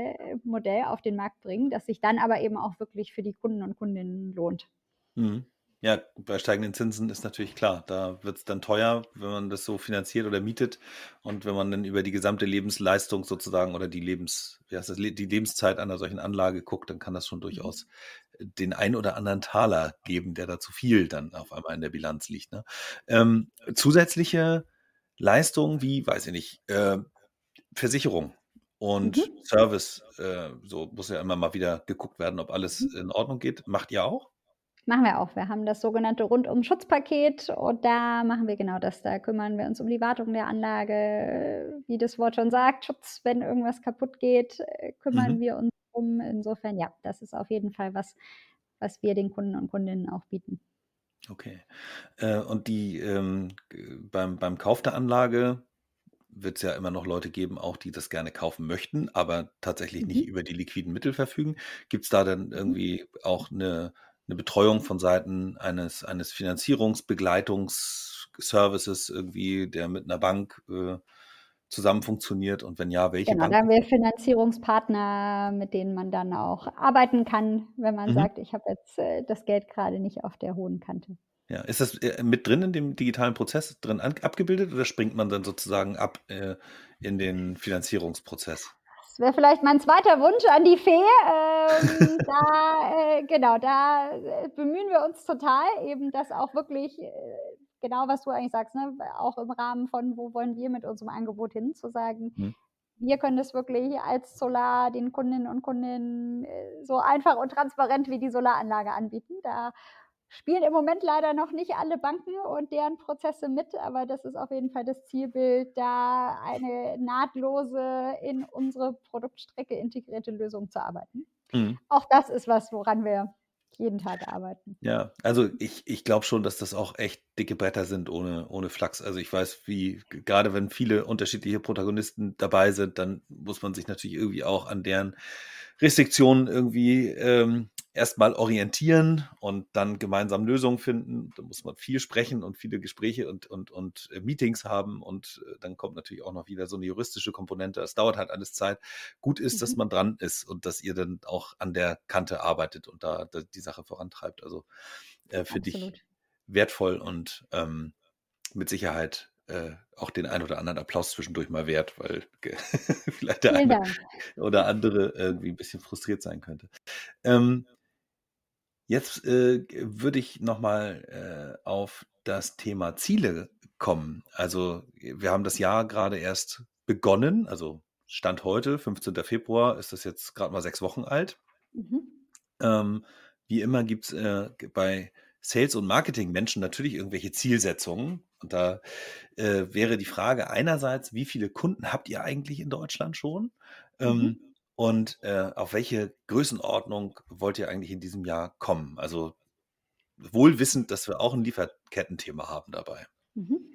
Bezahlmodell auf den Markt bringen, das sich dann aber eben auch wirklich für die Kunden und Kundinnen lohnt. Mhm. Ja, bei steigenden Zinsen ist natürlich klar, da wird's dann teuer, wenn man das so finanziert oder mietet. Und wenn man dann über die gesamte Lebensleistung sozusagen oder die Lebens wie heißt das, Le die Lebenszeit einer solchen Anlage guckt, dann kann das schon Mhm. durchaus äh, den ein oder anderen Taler geben, der da zu viel dann auf einmal in der Bilanz liegt, ne? Ähm, zusätzliche Leistungen wie, weiß ich nicht, äh, Versicherung und Mhm. Service, äh, so muss ja immer mal wieder geguckt werden, ob alles Mhm. in Ordnung geht. Macht ihr auch? Machen wir auch. Wir haben das sogenannte Rundum-Schutzpaket und da machen wir genau das. Da kümmern wir uns um die Wartung der Anlage, wie das Wort schon sagt, Schutz, wenn irgendwas kaputt geht, äh, kümmern Mhm. wir uns drum. Insofern, ja, das ist auf jeden Fall was, was wir den Kunden und Kundinnen auch bieten. Okay. Äh, und die, ähm, g beim beim Kauf der Anlage wird's ja immer noch Leute geben auch, die das gerne kaufen möchten, aber tatsächlich nicht Mhm. über die liquiden Mittel verfügen. Gibt's da denn Mhm. irgendwie auch 'ne 'ne Betreuung von Seiten eines eines Finanzierungsbegleitungs-Services irgendwie, der mit 'ner Bank, äh, zusammen funktioniert und wenn ja, welche Genau, da haben Banken? wir Finanzierungspartner, mit denen man dann auch arbeiten kann, wenn man Mhm. sagt: „Ich habe jetzt, äh, das Geld grade nicht auf der hohen Kante.“ Ja, ist das, äh, mit drin in dem digitalen Prozess drin an abgebildet oder springt man dann sozusagen ab, äh, in den Finanzierungsprozess? Das wäre vielleicht mein zweiter Wunsch an die Fee. Ähm, da, äh genau, da, äh, bemühen wir uns total, eben das auch wirklich, äh genau, was du eigentlich sagst, ne, auch im Rahmen von: „Wo wollen wir mit unserem Angebot hin?“ Zu sagen: Mhm. „Wir können das wirklich als Solar den Kundinnen und Kunden, äh, so einfach und transparent wie die Solaranlage anbieten.“ Da spielen im Moment leider noch nicht alle Banken und deren Prozesse mit, aber das ist auf jeden Fall das Zielbild, da eine nahtlose, in unsere Produktstrecke integrierte Lösung zu arbeiten. Mhm. Auch das ist was, woran wir jeden Tag arbeiten. Ja, also ich ich glaube schon, dass das auch echt dicke Bretter sind ohne ohne Flachs. Also, ich weiß, wie g grade wenn viele unterschiedliche Protagonisten dabei sind, dann muss man sich natürlich irgendwie auch an deren Restriktionen irgendwie, ähm, erst mal orientieren und dann gemeinsam Lösungen finden. Da muss man viel sprechen und viele Gespräche und und und, äh, Meetings haben und, äh, dann kommt natürlich auch noch wieder so 'ne juristische Komponente. Es dauert halt alles Zeit. Gut ist, dass Mhm. man dran ist und dass ihr dann auch an der Kante arbeitet und da da die Sache vorantreibt. Also, äh, finde ich Absolut. wertvoll und, ähm, mit Sicherheit, äh, auch den einen oder anderen Applaus zwischendurch mal wert, weil ge vielleicht der Vielen eine Dank. oder andere irgendwie 'n bisschen frustriert sein könnte. Ähm jetzt, äh, g würde ich noch mal, äh, auf das Thema Ziele kommen. Also, wir haben das Jahr grade erst begonnen, also Stand heute, fünfzehnter Februar, ist das jetzt grad mal sechs Wochen alt. Mhm. Ähm, wie immer gibt's, äh, g bei Sales und Marketingmenschen natürlich irgendwelche Zielsetzungen. Und da, äh, wäre die Frage einerseits: Wie viele Kunden habt ihr eigentlich in Deutschland schon? Ähm, Mhm. und, äh, auf welche Größenordnung wollt ihr eigentlich in diesem Jahr kommen? Also, wohl wissend, dass wir auch 'n Lieferkettenthema haben dabei. Mhm.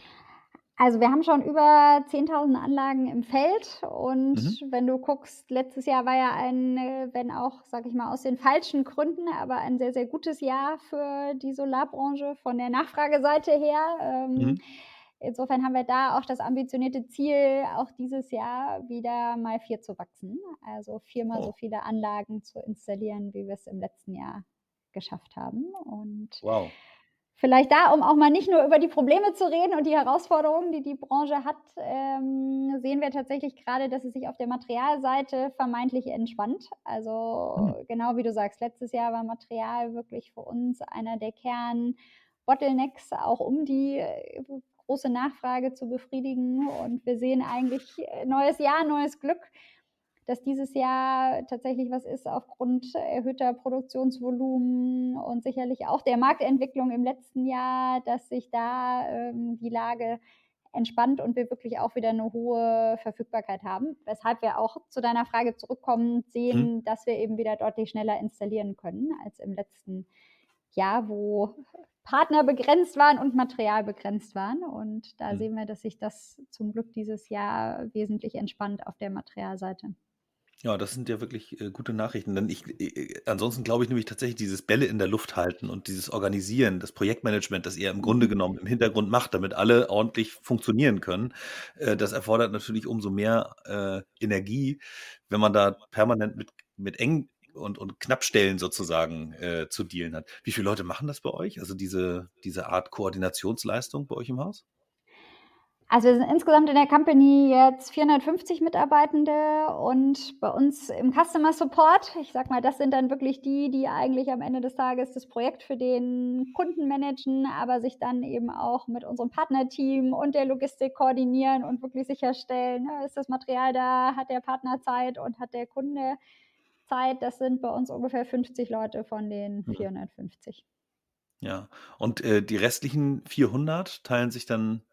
Also, wir haben schon über zehntausend Anlagen im Feld und Mhm. wenn du guckst, letztes Jahr war ja ein, äh, wenn auch, sage ich mal, aus den falschen Gründen, aber ein sehr, sehr gutes Jahr für die Solarbranche von der Nachfrageseite her. Ähm, Mhm. insofern haben wir da auch das ambitionierte Ziel, auch dieses Jahr wieder mal vier zu wachsen. Also, viermal so Oh. viele Anlagen zu installieren, wie wir's im letzten Jahr geschafft haben. Und Wow. vielleicht da, um auch mal nicht nur über die Probleme zu reden und die Herausforderungen, die die Branche hat, ähm, sehen wir tatsächlich grade, dass es sich auf der Materialseite vermeintlich entspannt. Also, Mhm. genau wie du sagst, letztes Jahr war Material wirklich für uns einer der Kern-Bottlenecks, auch um die, äh, große Nachfrage zu befriedigen. Und wir sehen eigentlich, äh, neues Jahr, neues Glück, dass dieses Jahr tatsächlich was ist aufgrund erhöhter Produktionsvolumen und sicherlich auch der Marktentwicklung im letzten Jahr, dass sich da, ähm, die Lage entspannt und wir wirklich auch wieder 'ne hohe Verfügbarkeit haben. Weshalb wir auch zu deiner Frage zurückkommend Mhm. sehen, dass wir eben wieder deutlich schneller installieren können als im letzten Jahr, wo Partner begrenzt waren und Material begrenzt waren. Und da Mhm. sehen wir, dass sich das zum Glück dieses Jahr wesentlich entspannt auf der Materialseite. Ja, das sind ja wirklich, äh, gute Nachrichten, denn ich äh, äh, ansonsten glaube ich nämlich tatsächlich dieses Bälle in der Luft halten und dieses Organisieren, das Projektmanagement, das ihr im Grunde Mhm. genommen im Hintergrund macht, damit alle ordentlich funktionieren können. Äh, das erfordert natürlich umso mehr, äh, Energie, wenn man da permanent mit mit eng und, und Knappstellen sozusagen äh, zu dealen hat. Wie viele Leute machen das bei euch? Also diese, diese Art Koordinationsleistung bei euch im Haus? Also, wir sind insgesamt in der Company jetzt vierhundertfünfzig Mitarbeitende und bei uns im Customer Support, ich sage mal, das sind dann wirklich die, die eigentlich am Ende des Tages das Projekt für den Kunden managen, aber sich dann eben auch mit unserem Partnerteam und der Logistik koordinieren und wirklich sicherstellen, ne, ist das Material da, hat der Partner Zeit und hat der Kunde Zeit. Das sind bei uns ungefähr fünfzig Leute von den Mhm. vierhundertfünfzig. Ja. Und äh, die restlichen vierhundert teilen sich dann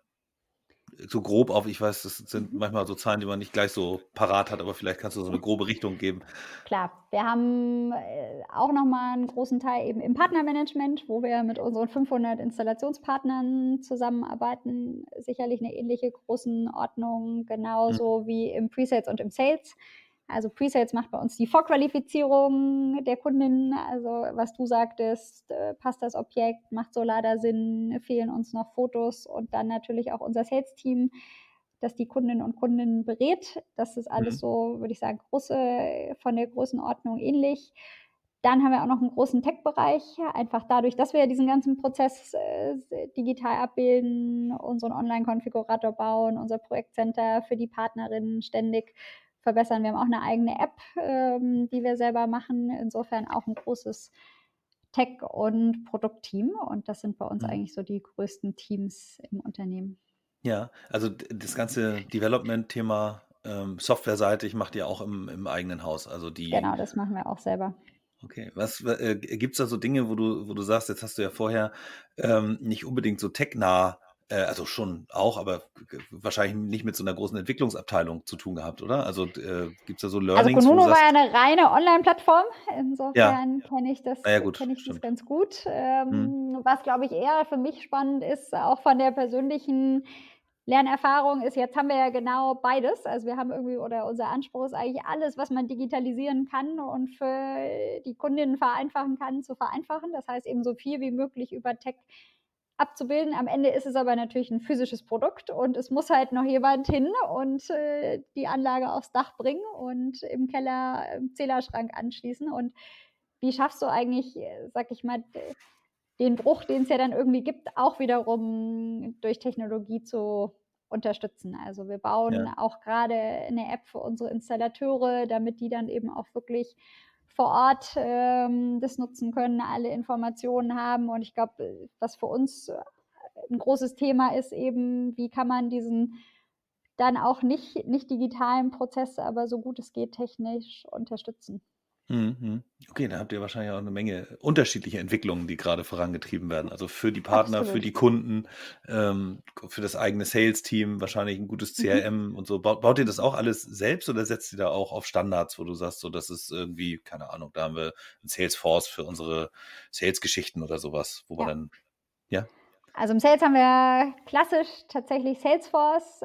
so grob auf, ich weiß, das sind Mhm. manchmal so Zahlen, die man nicht gleich so parat hat, aber vielleicht kannst du so eine grobe Richtung geben. Klar, wir haben, äh, auch noch mal 'n großen Teil eben im Partnermanagement, wo wir mit unseren fünfhundert Installationspartnern zusammenarbeiten. Sicherlich 'ne ähnliche Größenordnung, Mhm. genauso wie im Pre-Sales und im Sales. Also, Pre-Sales macht bei uns die Vorqualifizierung der Kunden. Also, was du sagtest, äh, passt das Objekt, macht Solar Sinn, fehlen uns noch Fotos und dann natürlich auch unser Sales-Team, das die Kundinnen und Kunden berät. Das ist alles Mhm. so, würde ich sagen, große von der Größenordnung ähnlich. Dann haben wir auch noch 'n großen Tech-Bereich, einfach dadurch, dass wir ja diesen ganzen Prozess, äh, s digital abbilden, unseren Online-Konfigurator bauen, unser Projektcenter für die Partnerinnen ständig verbessern. Wir haben auch 'ne eigene App, ähm, die wir selber machen. Insofern auch 'n großes Tech und Produktteam und das sind bei uns Mhm. eigentlich so die größten Teams im Unternehmen. Ja, also d das ganze Development-Thema, ähm, softwareseitig macht ihr auch im im eigenen Haus. Also die Genau, das machen wir auch selber. Okay, was w äh, gibt's da so Dinge, wo du wo du sagst, jetzt hast du ja vorher, ähm, nicht unbedingt so tech-nah, äh, also schon auch, aber g g wahrscheinlich nicht mit so 'ner großen Entwicklungsabteilung zu tun gehabt, oder? Also d äh, gibt's da so Also, Learnings, wo du kununu war ja sagst 'ne reine Online-Plattform. Ja, Insofern kenne ich na das ja, gut, kenne ich das stimmt. ganz gut. Mhm. Ähm, was, glaube ich, eher für mich spannend ist, auch von der persönlichen Lernerfahrung ist, jetzt haben wir ja genau beides. Also, wir haben irgendwie oder unser Anspruch ist eigentlich alles, was man digitalisieren kann und für die Kundinnen vereinfachen kann, zu vereinfachen. Das heißt eben so viel wie möglich über Tech abzubilden. Am Ende ist es aber natürlich 'n physisches Produkt und es muss halt noch jemand hin und, äh, die Anlage aufs Dach bringen und im Keller, ähm, Zählerschrank anschließen. Und wie schaffst du eigentlich, äh, sage ich mal, d den Bruch, den's ja dann irgendwie gibt, auch wiederum durch Technologie zu unterstützen? Also, wir bauen Ja. auch grade 'ne App für unsere Installateure, damit die dann eben auch wirklich vor Ort, ähm, das nutzen können, alle Informationen haben. Und ich glaube, äh, was für uns, äh, 'n großes Thema ist eben, wie kann man diesen dann auch nicht nicht digitalen Prozess, aber so gut es geht, technisch unterstützen. Mhm, mhm. Okay, da habt ihr wahrscheinlich auch 'ne Menge unterschiedliche Entwicklungen, die grade vorangetrieben werden. Also, für die Partner, für Absolut. die Kunden, ähm, k für das eigene Sales-Team, wahrscheinlich 'n gutes Mhm. CRM und so. Baut baut ihr das Mhm. auch alles selbst oder setzt ihr da auch auf Standards, wo du sagst, so, das ist irgendwie keine Ahnung, da haben wir 'n Salesforce für unsere Sales-Geschichten oder so was, wo wir Ja. dann ja? Also, im Sales haben wir klassisch tatsächlich Salesforce,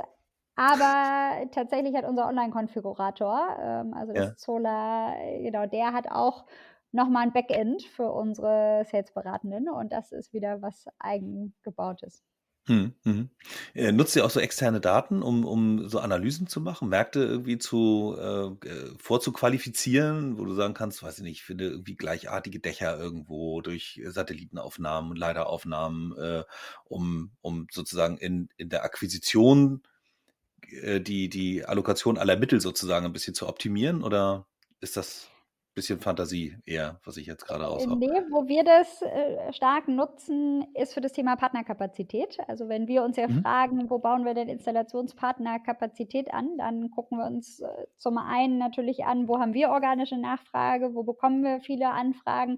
aber tatsächlich hat unser Online-Konfigurator, ähm, also das Ja. Solar genau, der hat auch noch mal 'n Backend für unsere Sales-Beratenden und das ist wieder was Eigengebautes. Mhm, mhm. Äh, nutzt ihr auch so externe Daten, um um so Analysen zu machen, Märkte irgendwie zu äh, g vorzuqualifizieren, wo du sagen kannst: „Weiß ich nicht, ich finde irgendwie gleichartige Dächer irgendwo durch Satellitenaufnahmen und LiDAR-Aufnahmen“, äh, um um sozusagen in in der Akquisition, äh, die die Allokation aller Mittel sozusagen 'n bisschen zu optimieren oder ist das bisschen Fantasie eher, was ich jetzt grade Äh, raushau? ne, wo wir das, äh, stark nutzen, ist für das Thema Partnerkapazität. Also, wenn wir uns ja Mhm. fragen: „Wo bauen wir denn Installationspartnerkapazität an?“ Dann gucken wir uns, äh, zum einen natürlich an, wo haben wir organische Nachfrage, wo bekommen wir viele Anfragen.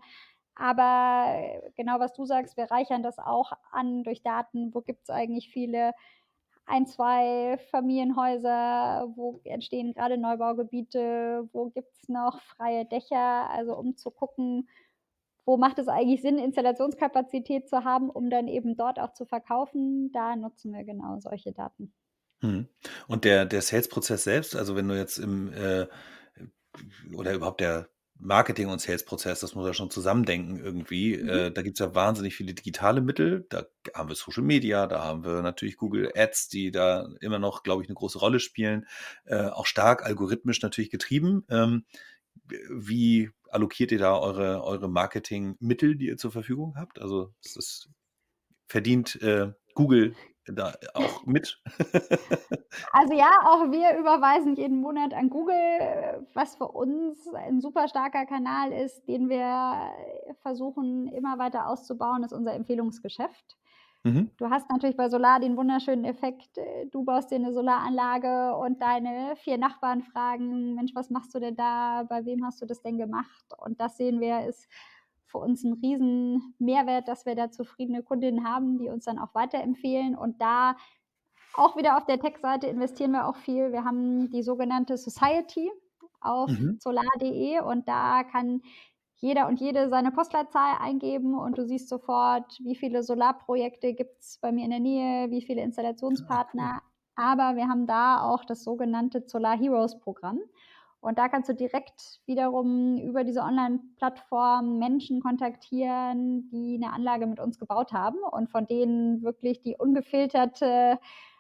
Aber genau, was du sagst, wir reichern das auch an durch Daten. Wo gibt's eigentlich viele ein, zwei Familienhäuser? Wo entstehen grade Neubaugebiete? Wo gibt's noch freie Dächer? Also, um zu gucken, wo macht es eigentlich Sinn, Installationskapazität zu haben, um dann eben dort auch zu verkaufen? Da nutzen wir genau solche Daten. Mhm. Und der der Sales-Prozess selbst, also, wenn du jetzt im, äh oder überhaupt der Marketing und Sales-Prozess, das muss ja schon zusammendenken irgendwie. Mhm. Äh, da gibt's ja wahnsinnig viele digitale Mittel. Da haben wir Social Media, da haben wir natürlich Google Ads, die da immer noch, glaube ich, 'ne große Rolle spielen, äh, auch stark algorithmisch natürlich getrieben. Ähm, w wie allokiert ihr da eure, eure Marketingmittel, die ihr zur Verfügung habt? Also ist das, verdient äh, Google da auch mit? Also ja, auch wir überweisen jeden Monat an Google, äh, was für uns ein super starker Kanal ist, den wir äh, versuchen immer weiter auszubauen, ist unser Empfehlungsgeschäft. Mhm. Du hast natürlich bei Solar den wunderschönen Effekt, äh, du baust dir 'ne Solaranlage und deine vier Nachbarn fragen: „Mensch, was machst du denn da? Bei wem hast du das denn gemacht?“ Und das sehen wir, ist für uns 'n riesen Mehrwert, dass wir da zufriedene Kundinnen haben, die uns dann auch weiterempfehlen. Und da auch wieder auf der Tech-Seite investieren wir auch viel. Wir haben die sogenannte Society auf Mhm. solar.de und da kann jeder und jede seine Postleitzahl eingeben und du siehst sofort, wie viele Solarprojekte gibt's bei mir in der Nähe, wie viele Ah, cool. Installationspartner. Aber wir haben da auch das sogenannte Solar Heroes Programm. Und da kannst du direkt wiederum über diese Online-Plattform Menschen kontaktieren, die 'ne Anlage mit uns gebaut haben und von denen wirklich die ungefilterte,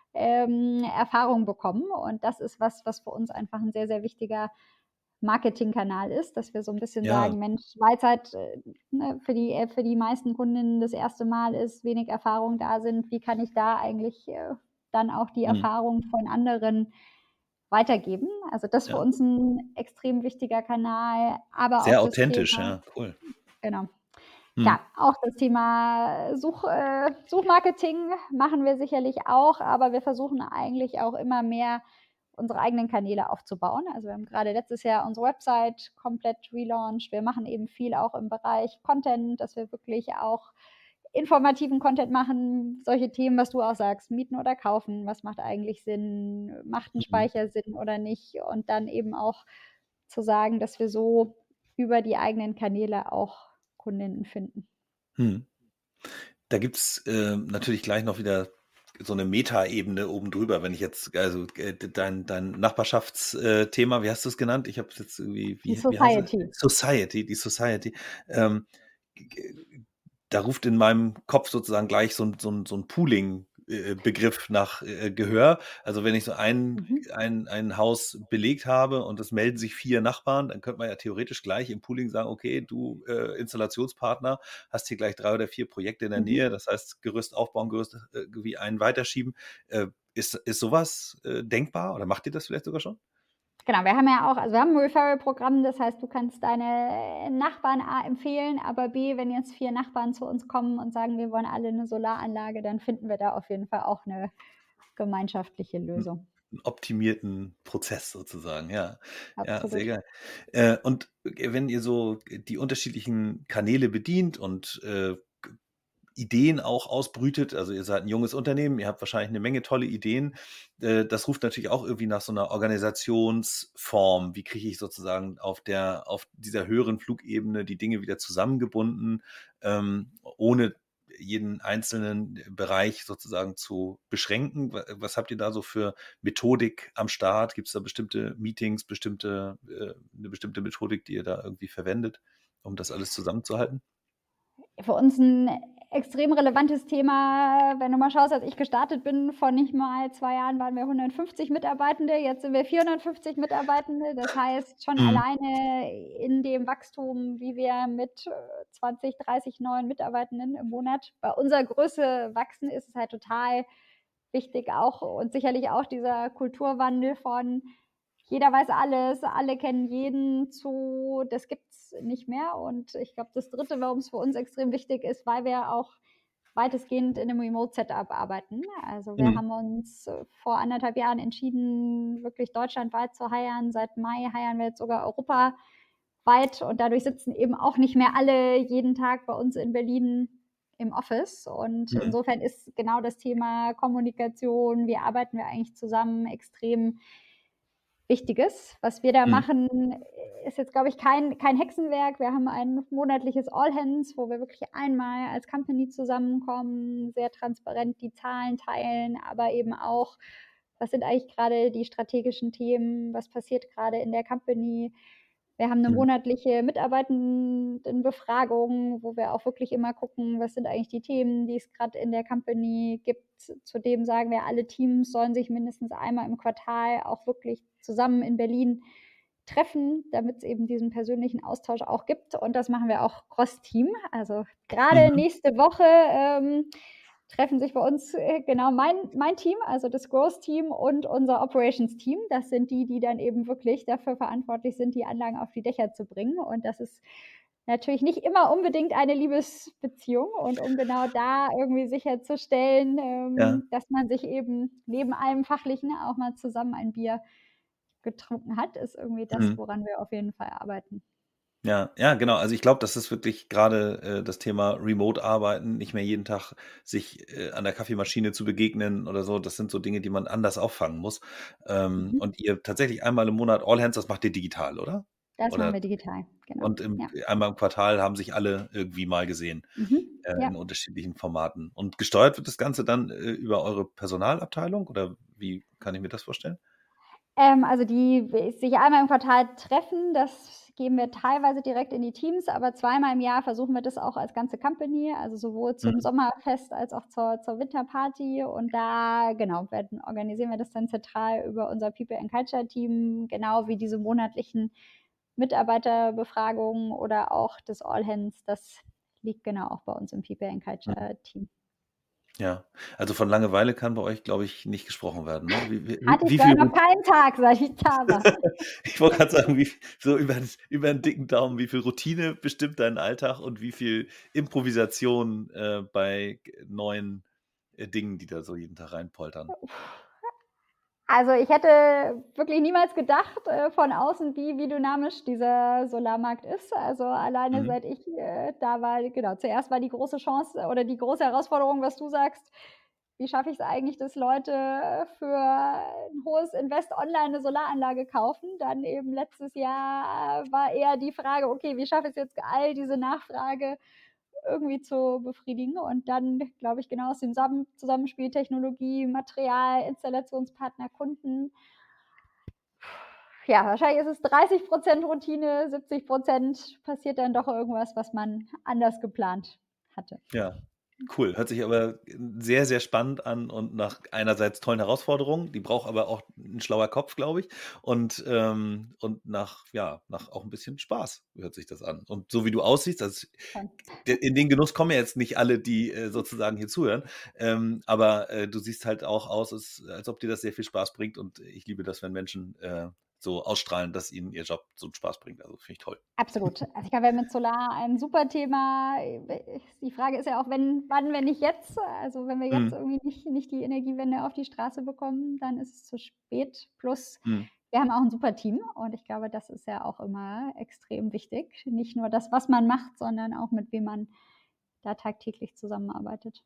ähm, Erfahrung bekommen. Und das ist was, was für uns einfach 'n sehr, sehr wichtiger Marketingkanal ist, dass wir so 'n bisschen Ja. sagen: „Mensch, weil's halt, äh, ne, für die äh, für die meisten Kundinnen das erste Mal ist, wenig Erfahrung da sind, wie kann ich da eigentlich, äh, dann auch die Mhm. Erfahrung von anderen weitergeben?“ Also, das ist für Ja. uns 'n extrem wichtiger Kanal, aber auch Sehr das authentisch, Thema ja, cool. genau. Mhm. Klar, auch das Thema Such äh, Suchmarketing machen wir sicherlich auch, aber wir versuchen eigentlich auch immer mehr unsere eigenen Kanäle aufzubauen. Also, wir haben grade letztes Jahr unsere Website komplett relaunched. Wir machen eben viel auch im Bereich Content, dass wir wirklich auch informativen Content machen. Solche Themen, was du auch sagst, mieten oder kaufen, was macht eigentlich Sinn? Macht 'n Mhm. Speicher Sinn oder nicht? Und dann eben auch zu sagen, dass wir so über die eigenen Kanäle auch Kundinnen finden. Mhm. Da gibt's, ähm, natürlich gleich noch wieder so 'ne Metaebene oben drüber, wenn ich jetzt also, äh, d dein dein Nachbarschafts äh, Thema, wie hast du's genannt? Ich habe es jetzt irgendwie Die wie wie heißt es? Society. Society, die Society. Ähm, g g da ruft in meinem Kopf sozusagen gleich so 'n so 'n so 'n Pooling äh, Begriff nach äh, Gehör. Also, wenn ich so ein Mhm. ein ein Haus belegt habe und es melden sich vier Nachbarn, dann könnte man ja theoretisch gleich im Pooling sagen: „Okay, du, äh, Installationspartner, hast hier gleich drei oder vier Projekte in der Mhm. Nähe.“ Das heißt, Gerüst aufbauen, Gerüst, äh, irgendwie einen weiterschieben. Äh, ist ist so was, äh, denkbar oder macht ihr das vielleicht sogar schon? Genau, wir haben ja auch also, wir haben 'n Referral-Programm, das heißt, du kannst deine Nachbarn A empfehlen, aber B, wenn jetzt vier Nachbarn zu uns kommen und sagen: „Wir wollen alle 'ne Solaranlage“, dann finden wir da auf jeden Fall auch 'ne gemeinschaftliche 'N Lösung. 'n optimierten Prozess sozusagen, ja. Ja, sehr Absolut. geil. Äh, und g wenn ihr so die unterschiedlichen Kanäle bedient und, äh, g Ideen auch ausbrütet also, ihr seid 'n junges Unternehmen, ihr habt wahrscheinlich 'ne Menge tolle Ideen. Äh, das ruft natürlich auch irgendwie nach so 'ner Organisationsform. Wie kriege ich sozusagen auf der auf dieser höheren Flugebene die Dinge wieder zusammengebunden, ähm, ohne jeden einzelnen Bereich sozusagen zu beschränken? Wa was habt ihr da so für Methodik am Start? Gibt's da bestimmte Meetings, bestimmte äh, 'ne bestimmte Methodik, die ihr da irgendwie verwendet, um das alles zusammenzuhalten? Für uns 'n extrem relevantes Thema, wenn du mal schaust, als ich gestartet bin, vor nicht mal zwei Jahren waren wir hundertfünfzig Mitarbeitende, jetzt sind wir vierhundertfünfzig Mitarbeitende. Das heißt, schon Mhm. alleine in dem Wachstum, wie wir mit, äh, zwanzig, dreißig neuen Mitarbeitenden im Monat bei unserer Größe wachsen, ist es halt total wichtig auch und sicherlich auch dieser Kulturwandel von jeder weiß alles, alle kennen jeden zu das gibt's nicht mehr. Und ich glaube, das Dritte, warum's für uns extrem wichtig ist, weil wir auch weitestgehend in 'nem Remote-Setup arbeiten. Also, wir Mhm. haben uns vor anderthalb Jahren entschieden, wirklich deutschlandweit zu hiren. Seit Mai hiren wir jetzt sogar europaweit und dadurch sitzen eben auch nicht mehr alle jeden Tag bei uns in Berlin im Office. Und Mhm. insofern ist genau das Thema Kommunikation, wie arbeiten wir eigentlich zusammen, extrem Wichtiges. Was wir da Mhm. machen, ist jetzt, glaube ich, kein kein Hexenwerk. Wir haben ein monatliches All Hands, wo wir wirklich einmal als Company zusammenkommen, sehr transparent die Zahlen teilen, aber eben auch, was sind eigentlich grade die strategischen Themen? Was passiert grade in der Company? Wir haben 'ne Mhm. monatliche Mitarbeitendenbefragung, wo wir auch wirklich immer gucken, was sind eigentlich die Themen, die es grad in der Company gibt. Zudem sagen wir, alle Teams sollen sich mindestens einmal im Quartal auch wirklich zusammen in Berlin treffen, damit's eben diesen persönlichen Austausch auch gibt. Und das machen wir auch cross-Team. Also, grade Mhm. nächste Woche, ähm, treffen sich bei uns, äh, genau mein mein Team, also das Growth-Team und unser Operations-Team. Das sind die, die dann eben wirklich dafür verantwortlich sind, die Anlagen auf die Dächer zu bringen. Und das ist natürlich nicht immer unbedingt eine Liebesbeziehung. Und um genau da irgendwie sicherzustellen, Ja. ähm, dass man sich eben neben allem Fachlichen auch mal zusammen ein Bier getrunken hat, ist irgendwie das, Mhm. woran wir auf jeden Fall arbeiten. Ja, ja, genau. Also, ich glaube, das ist wirklich grade, äh, das Thema Remote-Arbeiten, nicht mehr jeden Tag sich, äh, an der Kaffeemaschine zu begegnen oder so. Das sind so Dinge, die man anders auffangen muss. Ähm, Mhm. und ihr tatsächlich einmal im Monat All Hands, das macht ihr digital, oder? Das machen Oder wir digital, genau, und im ja. einmal im Quartal haben sich alle irgendwie mal gesehen, Mhm, äh, ja. in unterschiedlichen Formaten. Und gesteuert wird das Ganze dann, äh, über eure Personalabteilung oder wie kann ich mir das vorstellen? Ähm, also, die w sich einmal im Quartal treffen, das geben wir teilweise direkt in die Teams, aber zweimal im Jahr versuchen wir das auch als ganze Company, also sowohl zum Mhm. Sommerfest als auch zur zur Winterparty. Und da, genau, werden organisieren wir das dann zentral über unser People and Culture Team, genau wie diese monatlichen Mitarbeiterbefragungen oder auch das All Hands. Das liegt genau auch bei uns im People and Mhm. Culture Team. Ja, also, von Langeweile kann bei euch, glaube ich, nicht gesprochen werden, ne? Wie wie wie Hatte ich wie vorher viel noch Rout keinen Tag, seit ich da war. Ich wollte grad sagen, wie v so über 'n über 'n dicken Daumen, wie viel Routine bestimmt deinen Alltag und wie viel Improvisation, äh, bei g neuen, äh, Dingen, die da so jeden Tag reinpoltern? Also, ich hätte wirklich niemals gedacht, äh, von außen, wie wie dynamisch dieser Solarmarkt ist. Also, alleine Mhm. seit ich, äh, da war genau, zuerst war die große Chance oder die große Herausforderung, was du sagst: „Wie schaffe ich's eigentlich, dass Leute für 'n hohes Invest online 'ne Solaranlage kaufen?“ Dann eben letztes Jahr war eher die Frage: „Okay, wie schaffe ich's jetzt, all diese Nachfrage irgendwie zu befriedigen?“ Und dann, glaube ich, genau aus dem Sam Zusammenspiel Technologie, Material, Installationspartner, Kunden ja, wahrscheinlich ist es dreißig Prozent Routine, siebzig Prozent passiert dann doch irgendwas, was man anders geplant hatte. Ja, cool. Hört sich aber sehr, sehr spannend an und nach einerseits tollen Herausforderungen, die braucht aber auch 'n schlauer Kopf, glaube ich. Und, ähm und nach ja, nach auch 'n bisschen Spaß hört sich das an. Und so wie du aussiehst, das Schon. d in den Genuss kommen ja jetzt nicht alle, die, äh, sozusagen hier zuhören. Ähm, aber, äh, du siehst halt auch aus, als als ob dir das sehr viel Spaß bringt und ich liebe das, wenn Menschen, äh, so ausstrahlen, dass ihnen ihr Job so 'n Spaß bringt. Also, finde ich toll. Absolut. Also, ich glaube, wir haben mit Solar ein super Thema. Äh, die Frage ist ja auch, wenn wann, wenn nicht jetzt? Also, wenn wir jetzt Mhm. irgendwie nicht nicht die Energiewende auf die Straße bekommen, dann ist es zu spät. Plus, Mhm. wir haben auch 'n super Team und ich glaube, das ist ja auch immer extrem wichtig. Nicht nur das, was man macht, sondern auch mit wem man da tagtäglich zusammenarbeitet.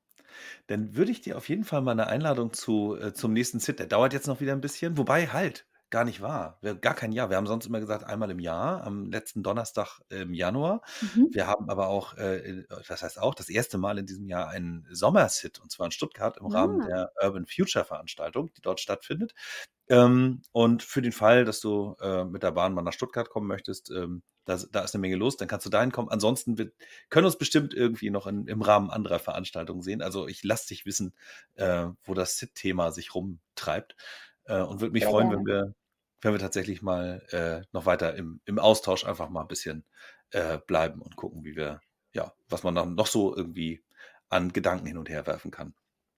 Dann würde ich dir auf jeden Fall mal 'ne Einladung zu äh, zum nächsten Sit der dauert jetzt noch wieder 'n bisschen. Wobei, halt, gar nicht wahr. Wir gar kein Jahr. Wir haben sonst immer gesagt, einmal im Jahr, am letzten Donnerstag im Januar. Mhm. Wir haben aber auch, äh, äh was heißt auch, das erste Mal in diesem Jahr einen Sommer-Sit, und zwar in Stuttgart im Rahmen Ah. der Urban Future Veranstaltung, die dort stattfindet. Ähm, und für den Fall, dass du, äh, mit der Bahn mal nach Stuttgart kommen möchtest, ähm, da s da ist 'ne Menge los, dann kannst du dahin kommen. Ansonsten wir können uns bestimmt irgendwie noch in im Rahmen anderer Veranstaltungen sehen. Also, ich lasse dich wissen, äh, wo das Sit-Thema sich rumtreibt, äh, und würde mich Sehr freuen, wenn gerne. wir wenn wir tatsächlich mal, äh, noch weiter im im Austausch einfach mal 'n bisschen, äh, bleiben und gucken, wie wir ja, was man dann noch so irgendwie an Gedanken hin und her werfen kann.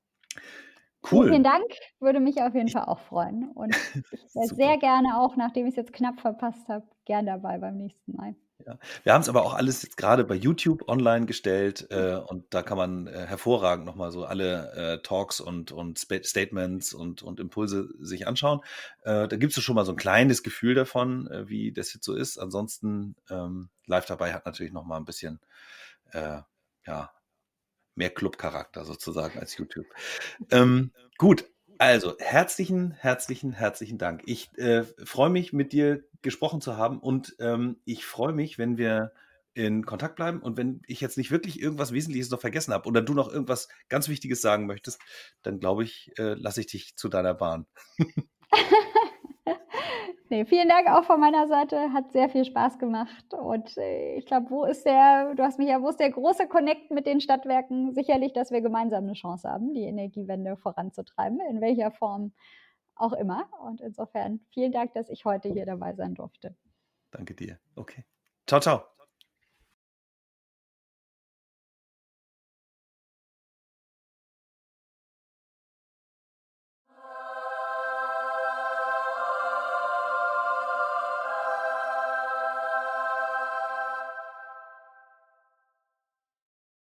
Vielen, vielen Cool. Dank, würde mich auf jeden Ich Fall auch freuen. Und ich wäre Super. sehr gerne auch, nachdem ich's jetzt knapp verpasst habe, gern dabei beim nächsten Mal. Ja. Wir haben's aber auch alles jetzt grade bei YouTube online gestellt, äh, und da kann man, äh, hervorragend noch mal so alle, äh, Talks und und Spa Statements und und Impulse sich anschauen. Äh, da gibst du schon mal so 'n kleines Gefühl davon, äh, wie der Sit so ist. Ansonsten, ähm, live dabei hat natürlich noch mal 'n bisschen, äh, ja, mehr Clubcharakter sozusagen als YouTube. Ähm, gut, also, herzlichen, herzlichen, herzlichen Dank. Ich, äh, freue mich, mit dir gesprochen zu haben und, ähm, ich freue mich, wenn wir in Kontakt bleiben und wenn ich jetzt nicht wirklich irgendwas Wesentliches noch vergessen habe oder du noch irgendwas ganz Wichtiges sagen möchtest, dann glaube ich, äh, lasse ich dich zu deiner Bahn. Ne, vielen Dank auch von meiner Seite. Hat sehr viel Spaß gemacht und, äh, ich glaube, wo ist der du hast mich ja wo ist der große Connect mit den Stadtwerken? Sicherlich, dass wir gemeinsam 'ne Chance haben, die Energiewende voranzutreiben, in welcher Form auch immer. Und insofern vielen Dank, dass ich heute hier dabei sein durfte. Danke dir. Okay. Tschau, tschau.